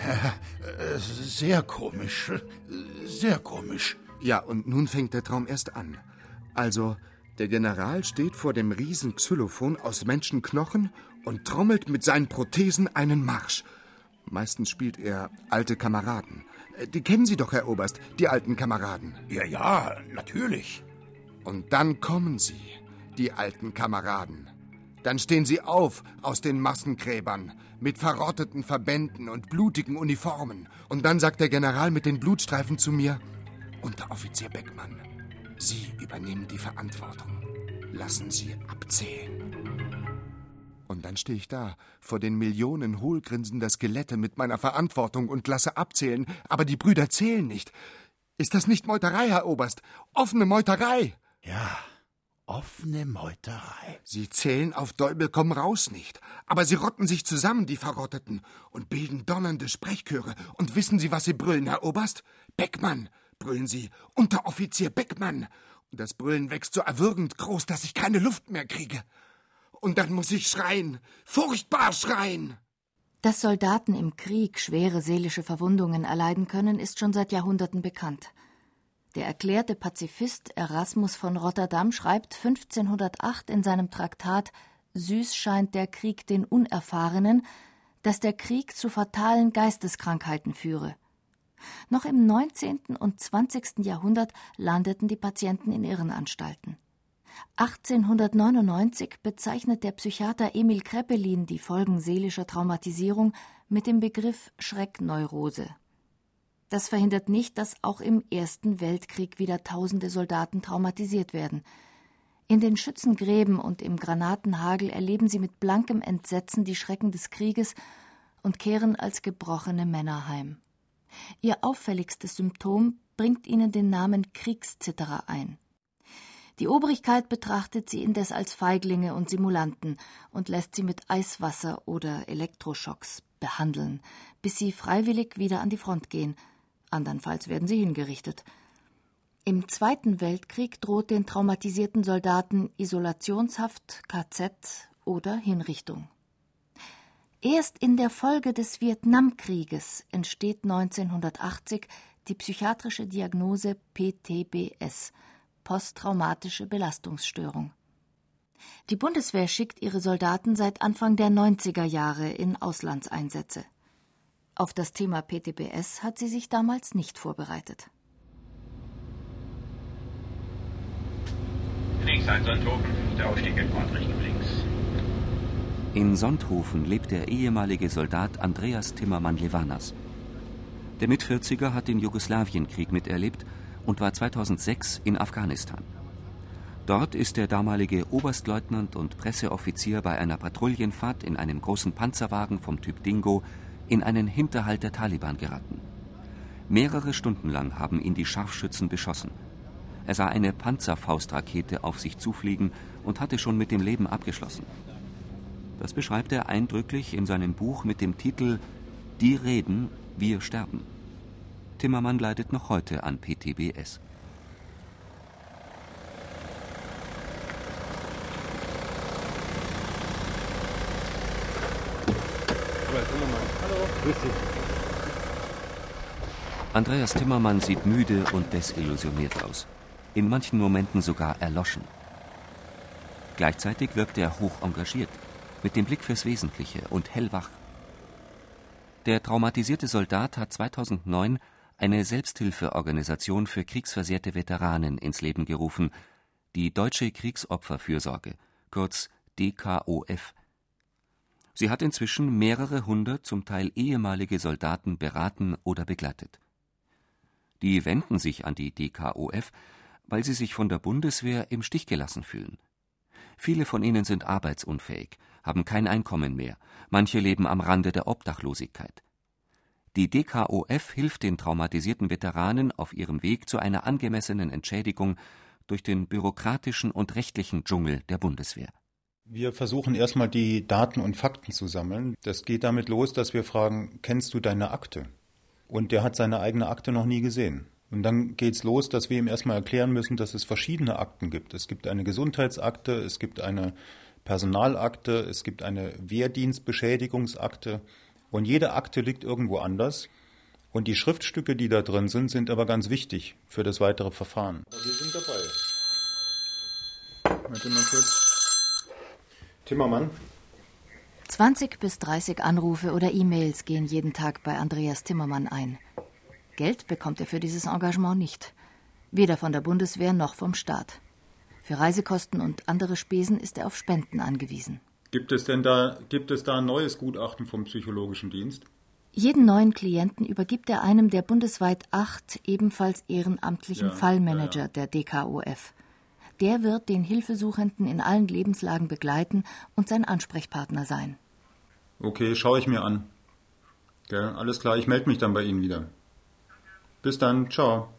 Sehr komisch, sehr komisch. Ja, und nun fängt der Traum erst an. Also, der General steht vor dem riesen Xylophon aus Menschenknochen und trommelt mit seinen Prothesen einen Marsch. Meistens spielt er alte Kameraden. Die kennen Sie doch, Herr Oberst, die alten Kameraden. Ja, natürlich. Und dann kommen sie, die alten Kameraden. Dann stehen sie auf aus den Massengräbern mit verrotteten Verbänden und blutigen Uniformen. Und dann sagt der General mit den Blutstreifen zu mir: Unteroffizier Beckmann, Sie übernehmen die Verantwortung. Lassen Sie abzählen. Und dann stehe ich da, vor den Millionen hohlgrinsender Skelette mit meiner Verantwortung und lasse abzählen, aber die Brüder zählen nicht. Ist das nicht Meuterei, Herr Oberst? Offene Meuterei! Ja, offene Meuterei. Sie zählen auf Däubel komm raus nicht, aber sie rotten sich zusammen, die Verrotteten, und bilden donnernde Sprechchöre. Und wissen Sie, was sie brüllen, Herr Oberst? Beckmann, brüllen sie, Unteroffizier Beckmann. Und das Brüllen wächst so erwürgend groß, dass ich keine Luft mehr kriege. Und dann muss ich schreien, furchtbar schreien. Dass Soldaten im Krieg schwere seelische Verwundungen erleiden können, ist schon seit Jahrhunderten bekannt. Der erklärte Pazifist Erasmus von Rotterdam schreibt 1508 in seinem Traktat »Süß scheint der Krieg den Unerfahrenen«, dass der Krieg zu fatalen Geisteskrankheiten führe. Noch im 19. und 20. Jahrhundert landeten die Patienten in Irrenanstalten. 1899 bezeichnet der Psychiater Emil Kraepelin die Folgen seelischer Traumatisierung mit dem Begriff Schreckneurose. Das verhindert nicht, dass auch im Ersten Weltkrieg wieder tausende Soldaten traumatisiert werden. In den Schützengräben und im Granatenhagel erleben sie mit blankem Entsetzen die Schrecken des Krieges und kehren als gebrochene Männer heim. Ihr auffälligstes Symptom bringt ihnen den Namen Kriegszitterer ein. Die Obrigkeit betrachtet sie indes als Feiglinge und Simulanten und lässt sie mit Eiswasser oder Elektroschocks behandeln, bis sie freiwillig wieder an die Front gehen. Andernfalls werden sie hingerichtet. Im Zweiten Weltkrieg droht den traumatisierten Soldaten Isolationshaft, KZ oder Hinrichtung. Erst in der Folge des Vietnamkrieges entsteht 1980 die psychiatrische Diagnose PTBS, posttraumatische Belastungsstörung. Die Bundeswehr schickt ihre Soldaten seit Anfang der 90er Jahre in Auslandseinsätze. Auf das Thema PTBS hat sie sich damals nicht vorbereitet. Links ein Sonthofen, der Ausstieg in Richtung links. In Sonthofen lebt der ehemalige Soldat Andreas Timmermann-Levanas. Der Mit-40er hat den Jugoslawienkrieg miterlebt und war 2006 in Afghanistan. Dort ist der damalige Oberstleutnant und Presseoffizier bei einer Patrouillenfahrt in einem großen Panzerwagen vom Typ Dingo in einen Hinterhalt der Taliban geraten. Mehrere Stunden lang haben ihn die Scharfschützen beschossen. Er sah eine Panzerfaustrakete auf sich zufliegen und hatte schon mit dem Leben abgeschlossen. Das beschreibt er eindrücklich in seinem Buch mit dem Titel »Die reden, wir sterben«. Timmermann leidet noch heute an PTBS. Hallo. Grüß dich. Andreas Timmermann sieht müde und desillusioniert aus. In manchen Momenten sogar erloschen. Gleichzeitig wirkt er hoch engagiert, mit dem Blick fürs Wesentliche und hellwach. Der traumatisierte Soldat hat 2009 eine Selbsthilfeorganisation für kriegsversehrte Veteranen ins Leben gerufen, die Deutsche Kriegsopferfürsorge, kurz DKOF. Sie hat inzwischen mehrere hundert, zum Teil ehemalige Soldaten beraten oder begleitet. Die wenden sich an die DKOF, weil sie sich von der Bundeswehr im Stich gelassen fühlen. Viele von ihnen sind arbeitsunfähig, haben kein Einkommen mehr, manche leben am Rande der Obdachlosigkeit. Die DKOF hilft den traumatisierten Veteranen auf ihrem Weg zu einer angemessenen Entschädigung durch den bürokratischen und rechtlichen Dschungel der Bundeswehr. Wir versuchen erstmal die Daten und Fakten zu sammeln. Das geht damit los, dass wir fragen, kennst du deine Akte? Und der hat seine eigene Akte noch nie gesehen. Und dann geht's los, dass wir ihm erstmal erklären müssen, dass es verschiedene Akten gibt. Es gibt eine Gesundheitsakte, es gibt eine Personalakte, es gibt eine Wehrdienstbeschädigungsakte. Und jede Akte liegt irgendwo anders. Und die Schriftstücke, die da drin sind, sind aber ganz wichtig für das weitere Verfahren. Aber wir sind dabei. Warte mal kurz. Timmermann. 20 bis 30 Anrufe oder E-Mails gehen jeden Tag bei Andreas Timmermann ein. Geld bekommt er für dieses Engagement nicht. Weder von der Bundeswehr noch vom Staat. Für Reisekosten und andere Spesen ist er auf Spenden angewiesen. Gibt es da ein neues Gutachten vom Psychologischen Dienst? Jeden neuen Klienten übergibt er einem der bundesweit 8 ebenfalls ehrenamtlichen Fallmanager der DKOF. Der wird den Hilfesuchenden in allen Lebenslagen begleiten und sein Ansprechpartner sein. Okay, schaue ich mir an. Gell, alles klar, ich melde mich dann bei Ihnen wieder. Bis dann, ciao.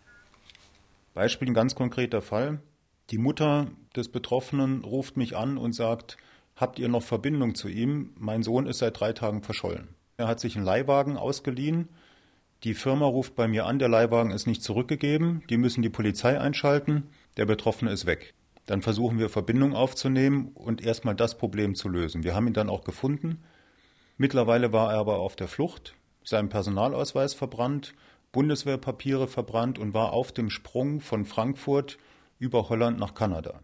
Beispiel, ein ganz konkreter Fall. Die Mutter des Betroffenen ruft mich an und sagt, habt ihr noch Verbindung zu ihm? Mein Sohn ist seit 3 Tagen verschollen. Er hat sich einen Leihwagen ausgeliehen. Die Firma ruft bei mir an, der Leihwagen ist nicht zurückgegeben. Die müssen die Polizei einschalten. Der Betroffene ist weg. Dann versuchen wir Verbindung aufzunehmen und erstmal das Problem zu lösen. Wir haben ihn dann auch gefunden. Mittlerweile war er aber auf der Flucht, sein Personalausweis verbrannt, Bundeswehrpapiere verbrannt und war auf dem Sprung von Frankfurt über Holland nach Kanada.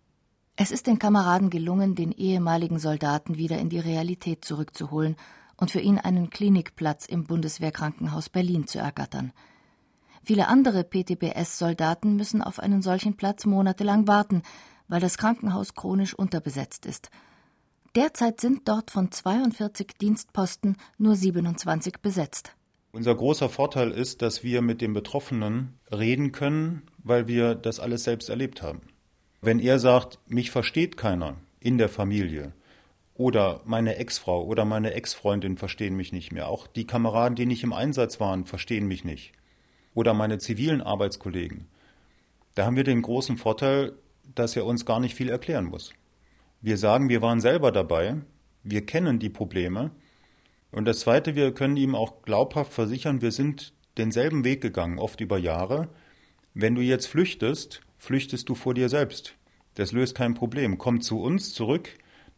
Es ist den Kameraden gelungen, den ehemaligen Soldaten wieder in die Realität zurückzuholen und für ihn einen Klinikplatz im Bundeswehrkrankenhaus Berlin zu ergattern. Viele andere PTBS-Soldaten müssen auf einen solchen Platz monatelang warten, weil das Krankenhaus chronisch unterbesetzt ist. Derzeit sind dort von 42 Dienstposten nur 27 besetzt. Unser großer Vorteil ist, dass wir mit dem Betroffenen reden können, weil wir das alles selbst erlebt haben. Wenn er sagt, mich versteht keiner in der Familie oder meine Ex-Frau oder meine Ex-Freundin verstehen mich nicht mehr, auch die Kameraden, die nicht im Einsatz waren, verstehen mich nicht. Oder meine zivilen Arbeitskollegen. Da haben wir den großen Vorteil, dass er uns gar nicht viel erklären muss. Wir sagen, wir waren selber dabei, wir kennen die Probleme. Und das Zweite, wir können ihm auch glaubhaft versichern, wir sind denselben Weg gegangen, oft über Jahre. Wenn du jetzt flüchtest, flüchtest du vor dir selbst. Das löst kein Problem. Komm zu uns zurück,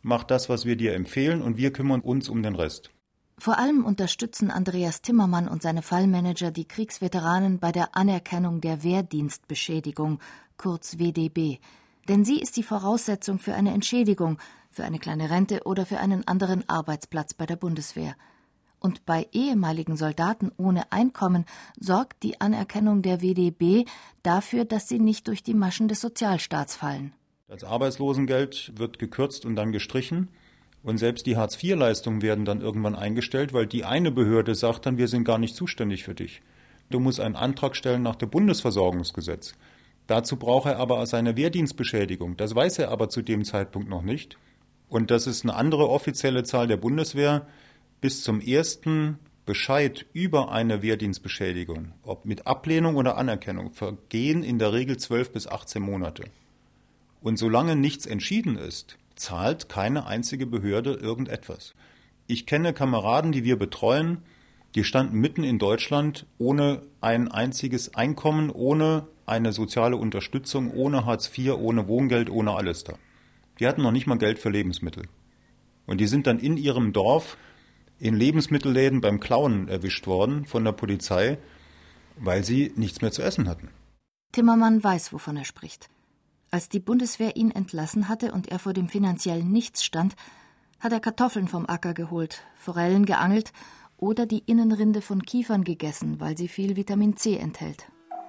mach das, was wir dir empfehlen und wir kümmern uns um den Rest. Vor allem unterstützen Andreas Timmermann und seine Fallmanager die Kriegsveteranen bei der Anerkennung der Wehrdienstbeschädigung, kurz WDB. Denn sie ist die Voraussetzung für eine Entschädigung, für eine kleine Rente oder für einen anderen Arbeitsplatz bei der Bundeswehr. Und bei ehemaligen Soldaten ohne Einkommen sorgt die Anerkennung der WDB dafür, dass sie nicht durch die Maschen des Sozialstaats fallen. Das Arbeitslosengeld wird gekürzt und dann gestrichen. Und selbst die Hartz-IV-Leistungen werden dann irgendwann eingestellt, weil die eine Behörde sagt dann, wir sind gar nicht zuständig für dich. Du musst einen Antrag stellen nach dem Bundesversorgungsgesetz. Dazu braucht er aber seine Wehrdienstbeschädigung. Das weiß er aber zu dem Zeitpunkt noch nicht. Und das ist eine andere offizielle Zahl der Bundeswehr. Bis zum ersten Bescheid über eine Wehrdienstbeschädigung, ob mit Ablehnung oder Anerkennung, vergehen in der Regel 12 bis 18 Monate. Und solange nichts entschieden ist, zahlt keine einzige Behörde irgendetwas. Ich kenne Kameraden, die wir betreuen, die standen mitten in Deutschland ohne ein einziges Einkommen, ohne eine soziale Unterstützung, ohne Hartz IV, ohne Wohngeld, ohne alles da. Die hatten noch nicht mal Geld für Lebensmittel. Und die sind dann in ihrem Dorf in Lebensmittelläden beim Klauen erwischt worden von der Polizei, weil sie nichts mehr zu essen hatten. Timmermann weiß, wovon er spricht. Als die Bundeswehr ihn entlassen hatte und er vor dem finanziellen Nichts stand, hat er Kartoffeln vom Acker geholt, Forellen geangelt oder die Innenrinde von Kiefern gegessen, weil sie viel Vitamin C enthält.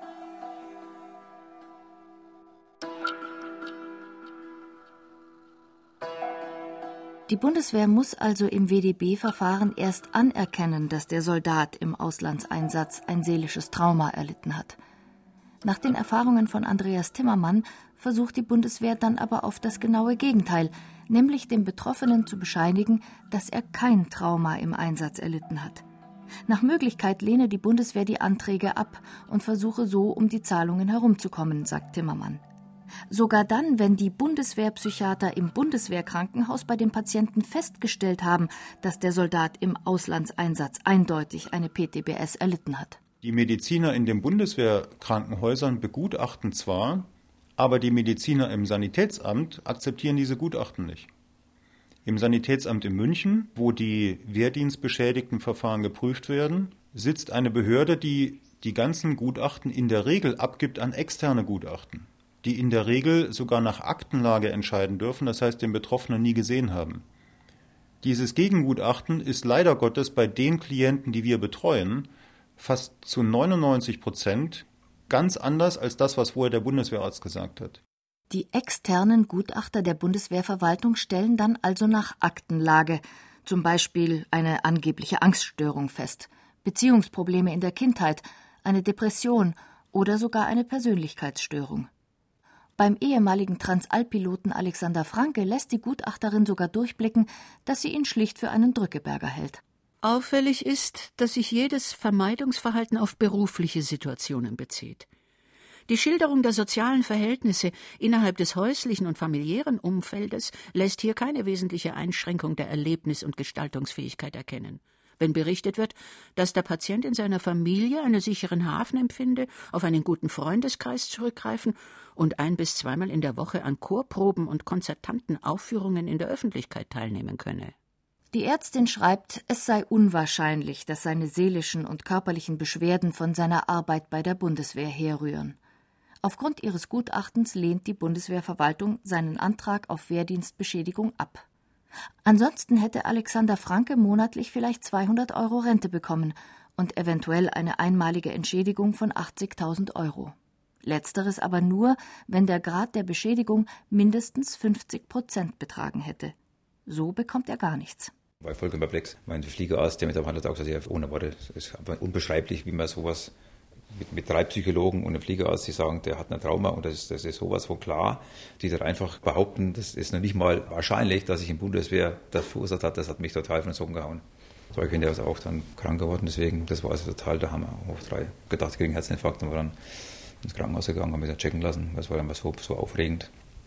Die Bundeswehr muss also im WDB-Verfahren erst anerkennen, dass der Soldat im Auslandseinsatz ein seelisches Trauma erlitten hat. Nach den Erfahrungen von Andreas Timmermann versucht die Bundeswehr dann aber auf das genaue Gegenteil, nämlich dem Betroffenen zu bescheinigen, dass er kein Trauma im Einsatz erlitten hat. Nach Möglichkeit lehne die Bundeswehr die Anträge ab und versuche so um die Zahlungen herumzukommen, sagt Timmermann. Sogar dann, wenn die Bundeswehrpsychiater im Bundeswehrkrankenhaus bei dem Patienten festgestellt haben, dass der Soldat im Auslandseinsatz eindeutig eine PTBS erlitten hat. Die Mediziner in den Bundeswehrkrankenhäusern begutachten zwar, aber die Mediziner im Sanitätsamt akzeptieren diese Gutachten nicht. Im Sanitätsamt in München, wo die wehrdienstbeschädigten Verfahren geprüft werden, sitzt eine Behörde, die die ganzen Gutachten in der Regel abgibt an externe Gutachten, die in der Regel sogar nach Aktenlage entscheiden dürfen, das heißt den Betroffenen nie gesehen haben. Dieses Gegengutachten ist leider Gottes bei den Klienten, die wir betreuen, fast zu 99% ganz anders als das, was vorher der Bundeswehrarzt gesagt hat. Die externen Gutachter der Bundeswehrverwaltung stellen dann also nach Aktenlage, zum Beispiel eine angebliche Angststörung fest, Beziehungsprobleme in der Kindheit, eine Depression oder sogar eine Persönlichkeitsstörung. Beim ehemaligen Transalpiloten Alexander Franke lässt die Gutachterin sogar durchblicken, dass sie ihn schlicht für einen Drückeberger hält. Auffällig ist, dass sich jedes Vermeidungsverhalten auf berufliche Situationen bezieht. Die Schilderung der sozialen Verhältnisse innerhalb des häuslichen und familiären Umfeldes lässt hier keine wesentliche Einschränkung der Erlebnis- und Gestaltungsfähigkeit erkennen. Wenn berichtet wird, dass der Patient in seiner Familie einen sicheren Hafen empfinde, auf einen guten Freundeskreis zurückgreifen und 1- bis 2-mal in der Woche an Chorproben und konzertanten Aufführungen in der Öffentlichkeit teilnehmen könne. Die Ärztin schreibt, es sei unwahrscheinlich, dass seine seelischen und körperlichen Beschwerden von seiner Arbeit bei der Bundeswehr herrühren. Aufgrund ihres Gutachtens lehnt die Bundeswehrverwaltung seinen Antrag auf Wehrdienstbeschädigung ab. Ansonsten hätte Alexander Franke monatlich vielleicht 200 € Rente bekommen und eventuell eine einmalige Entschädigung von 80.000 €. Letzteres aber nur, wenn der Grad der Beschädigung mindestens 50% betragen hätte. So bekommt er gar nichts. War vollkommen perplex. Mein Fliegerarzt, der mit der Behandlung sagt, ja, ohne Worte, es ist einfach unbeschreiblich, wie man sowas mit 3 Psychologen und einem Fliegerarzt, die sagen, der hat ein Trauma und das ist sowas von klar, die dann einfach behaupten, das ist noch nicht mal wahrscheinlich, dass ich in Bundeswehr das verursacht hat, das hat mich total von den Socken gehauen. So, ich bin ja also auch dann krank geworden, deswegen, das war also total der Hammer. Hoch 3, gedacht, ich kriege einen Herzinfarkt und war dann ins Krankenhaus gegangen, haben mich dann checken lassen, das war dann so aufregend.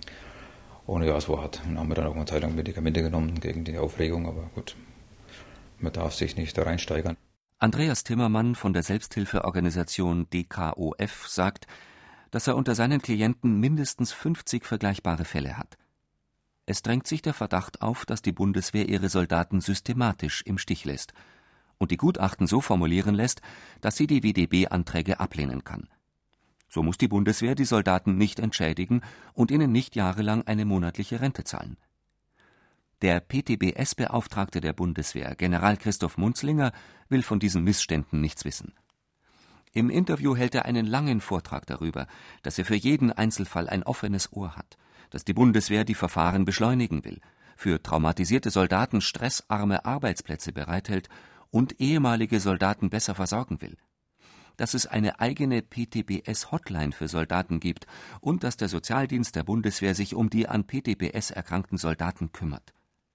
Und ja, es war hart. Dann haben wir dann auch eine Zeit lang Medikamente genommen gegen die Aufregung, aber gut, man darf sich nicht da reinsteigern. Andreas Timmermann von der Selbsthilfeorganisation DKOF sagt, dass er unter seinen Klienten mindestens 50 vergleichbare Fälle hat. Es drängt sich der Verdacht auf, dass die Bundeswehr ihre Soldaten systematisch im Stich lässt und die Gutachten so formulieren lässt, dass sie die WDB-Anträge ablehnen kann. So muss die Bundeswehr die Soldaten nicht entschädigen und ihnen nicht jahrelang eine monatliche Rente zahlen. Der PTBS-Beauftragte der Bundeswehr, General Christoph Munzlinger, will von diesen Missständen nichts wissen. Im Interview hält er einen langen Vortrag darüber, dass er für jeden Einzelfall ein offenes Ohr hat, dass die Bundeswehr die Verfahren beschleunigen will, für traumatisierte Soldaten stressarme Arbeitsplätze bereithält und ehemalige Soldaten besser versorgen will, dass es eine eigene PTBS-Hotline für Soldaten gibt und dass der Sozialdienst der Bundeswehr sich um die an PTBS erkrankten Soldaten kümmert.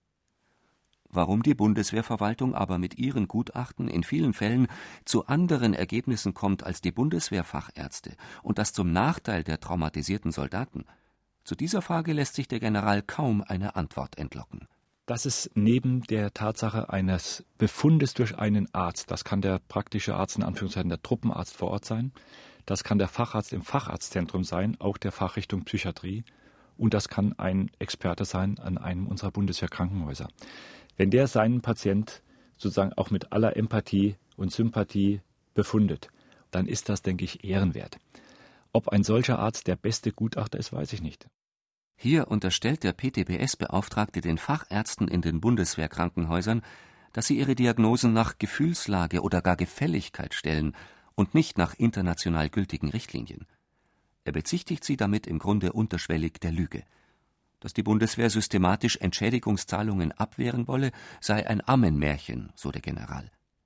Warum die Bundeswehrverwaltung aber mit ihren Gutachten in vielen Fällen zu anderen Ergebnissen kommt als die Bundeswehrfachärzte und das zum Nachteil der traumatisierten Soldaten, zu dieser Frage lässt sich der General kaum eine Antwort entlocken. Das ist neben der Tatsache eines Befundes durch einen Arzt, das kann der praktische Arzt, in Anführungszeichen der Truppenarzt vor Ort sein, das kann der Facharzt im Facharztzentrum sein, auch der Fachrichtung Psychiatrie, und das kann ein Experte sein an einem unserer Bundeswehrkrankenhäuser. Wenn der seinen Patient sozusagen auch mit aller Empathie und Sympathie befundet, dann ist das, denke ich, ehrenwert. Ob ein solcher Arzt der beste Gutachter ist, weiß ich nicht. Hier unterstellt der PTBS-Beauftragte den Fachärzten in den Bundeswehrkrankenhäusern, dass sie ihre Diagnosen nach Gefühlslage oder gar Gefälligkeit stellen und nicht nach international gültigen Richtlinien. Er bezichtigt sie damit im Grunde unterschwellig der Lüge. Dass die Bundeswehr systematisch Entschädigungszahlungen abwehren wolle, sei ein Ammenmärchen, so der General.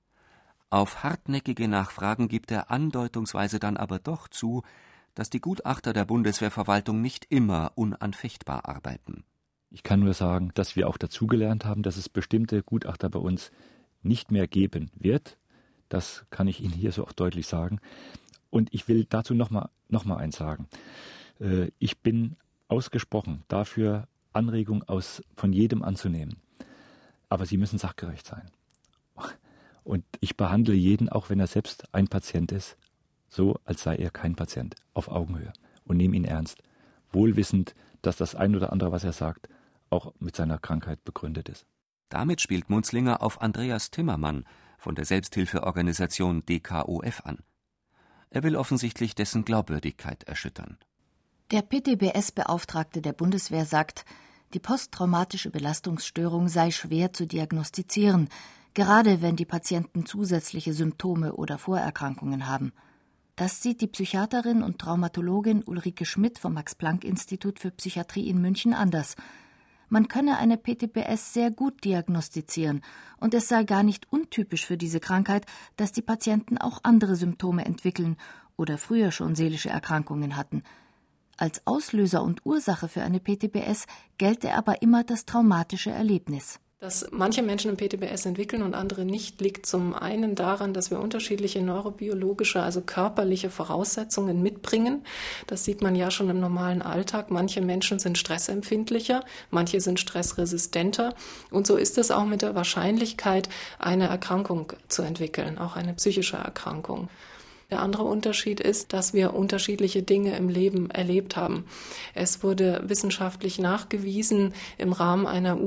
Auf hartnäckige Nachfragen gibt er andeutungsweise dann aber doch zu, dass die Gutachter der Bundeswehrverwaltung nicht immer unanfechtbar arbeiten. Ich kann nur sagen, dass wir auch dazugelernt haben, dass es bestimmte Gutachter bei uns nicht mehr geben wird. Das kann ich Ihnen hier so auch deutlich sagen. Und ich will dazu noch mal eins sagen. Ich bin ausgesprochen dafür, Anregungen von jedem anzunehmen. Aber sie müssen sachgerecht sein. Und ich behandle jeden, auch wenn er selbst ein Patient ist, so, als sei er kein Patient, auf Augenhöhe und nehme ihn ernst, wohlwissend, dass das ein oder andere, was er sagt, auch mit seiner Krankheit begründet ist. Damit spielt Munzlinger auf Andreas Timmermann von der Selbsthilfeorganisation DKOF an. Er will offensichtlich dessen Glaubwürdigkeit erschüttern. Der PTBS-Beauftragte der Bundeswehr sagt, die posttraumatische Belastungsstörung sei schwer zu diagnostizieren, gerade wenn die Patienten zusätzliche Symptome oder Vorerkrankungen haben. Das sieht die Psychiaterin und Traumatologin Ulrike Schmidt vom Max-Planck-Institut für Psychiatrie in München anders. Man könne eine PTBS sehr gut diagnostizieren und es sei gar nicht untypisch für diese Krankheit, dass die Patienten auch andere Symptome entwickeln oder früher schon seelische Erkrankungen hatten. Als Auslöser und Ursache für eine PTBS gelte aber immer das traumatische Erlebnis. Dass manche Menschen eine PTBS entwickeln und andere nicht, liegt zum einen daran, dass wir unterschiedliche neurobiologische, also körperliche Voraussetzungen mitbringen. Das sieht man ja schon im normalen Alltag. Manche Menschen sind stressempfindlicher, manche sind stressresistenter. Und so ist es auch mit der Wahrscheinlichkeit, eine Erkrankung zu entwickeln, auch eine psychische Erkrankung. Der andere Unterschied ist, dass wir unterschiedliche Dinge im Leben erlebt haben. Es wurde wissenschaftlich nachgewiesen im Rahmen einer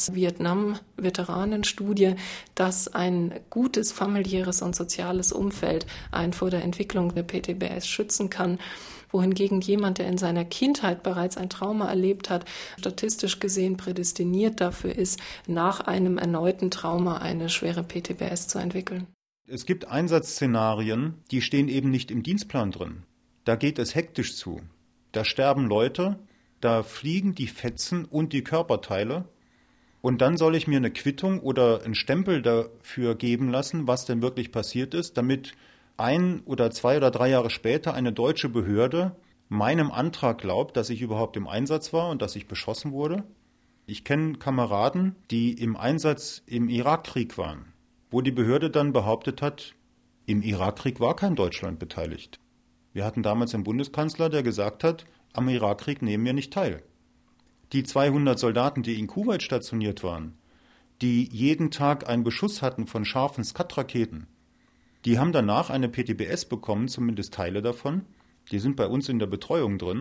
US-Vietnam-Veteranenstudie, dass ein gutes familiäres und soziales Umfeld einen vor der Entwicklung der PTBS schützen kann, wohingegen jemand, der in seiner Kindheit bereits ein Trauma erlebt hat, statistisch gesehen prädestiniert dafür ist, nach einem erneuten Trauma eine schwere PTBS zu entwickeln. Es gibt Einsatzszenarien, die stehen eben nicht im Dienstplan drin. Da geht es hektisch zu. Da sterben Leute, da fliegen die Fetzen und die Körperteile. Und dann soll ich mir eine Quittung oder einen Stempel dafür geben lassen, was denn wirklich passiert ist, damit 1 oder 2 oder 3 Jahre später eine deutsche Behörde meinem Antrag glaubt, dass ich überhaupt im Einsatz war und dass ich beschossen wurde. Ich kenne Kameraden, die im Einsatz im Irakkrieg waren, wo die Behörde dann behauptet hat, im Irakkrieg war kein Deutschland beteiligt. Wir hatten damals einen Bundeskanzler, der gesagt hat, am Irakkrieg nehmen wir nicht teil. Die 200 Soldaten, die in Kuwait stationiert waren, die jeden Tag einen Beschuss hatten von scharfen Scud-Raketen, die haben danach eine PTBS bekommen, zumindest Teile davon. Die sind bei uns in der Betreuung drin.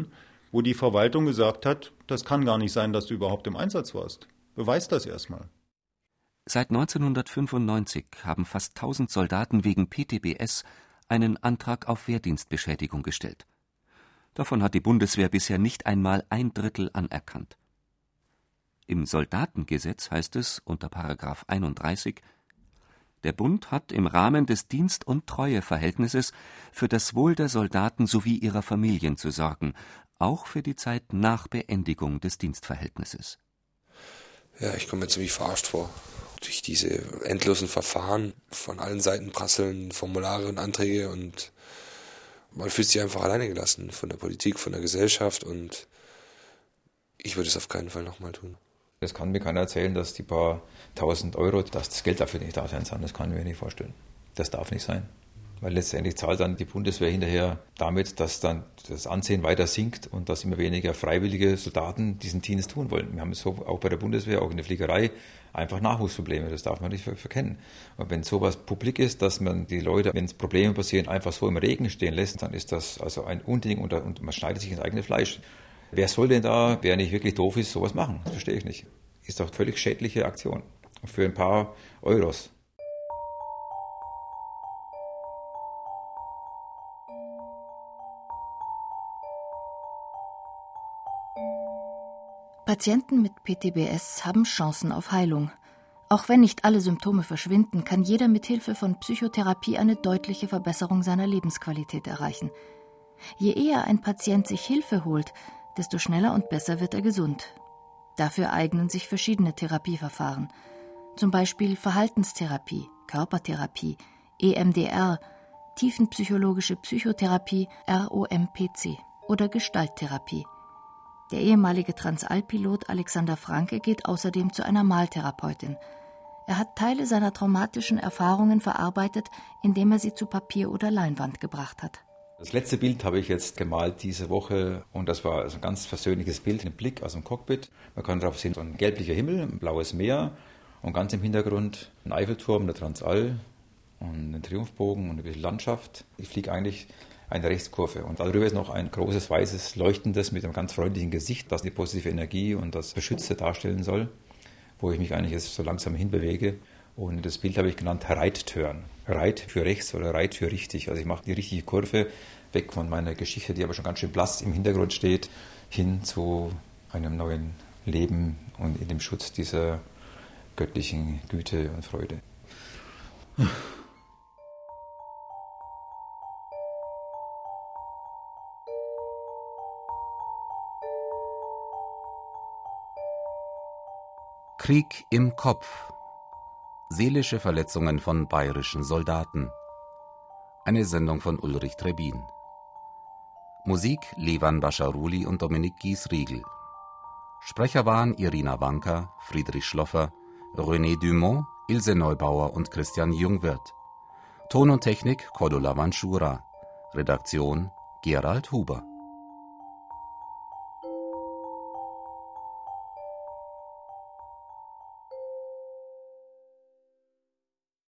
wo die Verwaltung gesagt hat, das kann gar nicht sein, dass du überhaupt im Einsatz warst. Beweis das erstmal. Seit 1995 haben fast 1000 Soldaten wegen PTBS einen Antrag auf Wehrdienstbeschädigung gestellt. Davon hat die Bundeswehr bisher nicht einmal 1/3 anerkannt. Im Soldatengesetz heißt es unter § 31, der Bund hat im Rahmen des Dienst- und Treueverhältnisses für das Wohl der Soldaten sowie ihrer Familien zu sorgen, auch für die Zeit nach Beendigung des Dienstverhältnisses. Ja, ich komme mir ziemlich verarscht vor. Durch diese endlosen Verfahren von allen Seiten prasseln Formulare und Anträge und man fühlt sich einfach alleine gelassen von der Politik, von der Gesellschaft und ich würde es auf keinen Fall nochmal tun. Das kann mir keiner erzählen, dass die paar 1000 Euro, dass das Geld dafür nicht da sein soll. Das kann ich mir nicht vorstellen. Das darf nicht sein. Weil letztendlich zahlt dann die Bundeswehr hinterher damit, dass dann das Ansehen weiter sinkt und dass immer weniger freiwillige Soldaten diesen Dienst tun wollen. Wir haben so auch bei der Bundeswehr, auch in der Fliegerei, einfach Nachwuchsprobleme. Das darf man nicht verkennen. Und wenn sowas publik ist, dass man die Leute, wenn es Probleme passieren, einfach so im Regen stehen lässt, dann ist das also ein Unding und man schneidet sich ins eigene Fleisch. Wer soll denn da, wer nicht wirklich doof ist, sowas machen? Das verstehe ich nicht. Ist doch völlig schädliche Aktion. Für ein paar Euros. Patienten mit PTBS haben Chancen auf Heilung. Auch wenn nicht alle Symptome verschwinden, kann jeder mit Hilfe von Psychotherapie eine deutliche Verbesserung seiner Lebensqualität erreichen. Je eher ein Patient sich Hilfe holt, desto schneller und besser wird er gesund. Dafür eignen sich verschiedene Therapieverfahren, zum Beispiel Verhaltenstherapie, Körpertherapie, EMDR, tiefenpsychologische Psychotherapie, ROMPC oder Gestalttherapie. Der ehemalige Transalpilot Alexander Franke geht außerdem zu einer Maltherapeutin. Er hat Teile seiner traumatischen Erfahrungen verarbeitet, indem er sie zu Papier oder Leinwand gebracht hat. Das letzte Bild habe ich jetzt gemalt diese Woche und das war also ein ganz versöhnliches Bild, ein Blick aus dem Cockpit. Man kann darauf sehen, so ein gelblicher Himmel, ein blaues Meer und ganz im Hintergrund ein Eiffelturm, der Transall und ein Triumphbogen und ein bisschen Landschaft. Ich fliege eigentlich eine Rechtskurve und darüber ist noch ein großes, weißes, leuchtendes mit einem ganz freundlichen Gesicht, das die positive Energie und das Beschützte darstellen soll, wo ich mich eigentlich jetzt so langsam hinbewege. Und das Bild habe ich genannt Right-Turn. Right für rechts oder Right für richtig. Also ich mache die richtige Kurve weg von meiner Geschichte, die aber schon ganz schön blass im Hintergrund steht, hin zu einem neuen Leben und in dem Schutz dieser göttlichen Güte und Freude. Krieg im Kopf. Seelische Verletzungen von bayerischen Soldaten. Eine Sendung von Ulrich Trebin. Musik Levan Bascharuli und Dominik Giesriegel. Sprecher waren Irina Wanka, Friedrich Schloffer, René Dumont, Ilse Neubauer und Christian Jungwirth. Ton und Technik Cordula Vanschura. Redaktion Gerald Huber.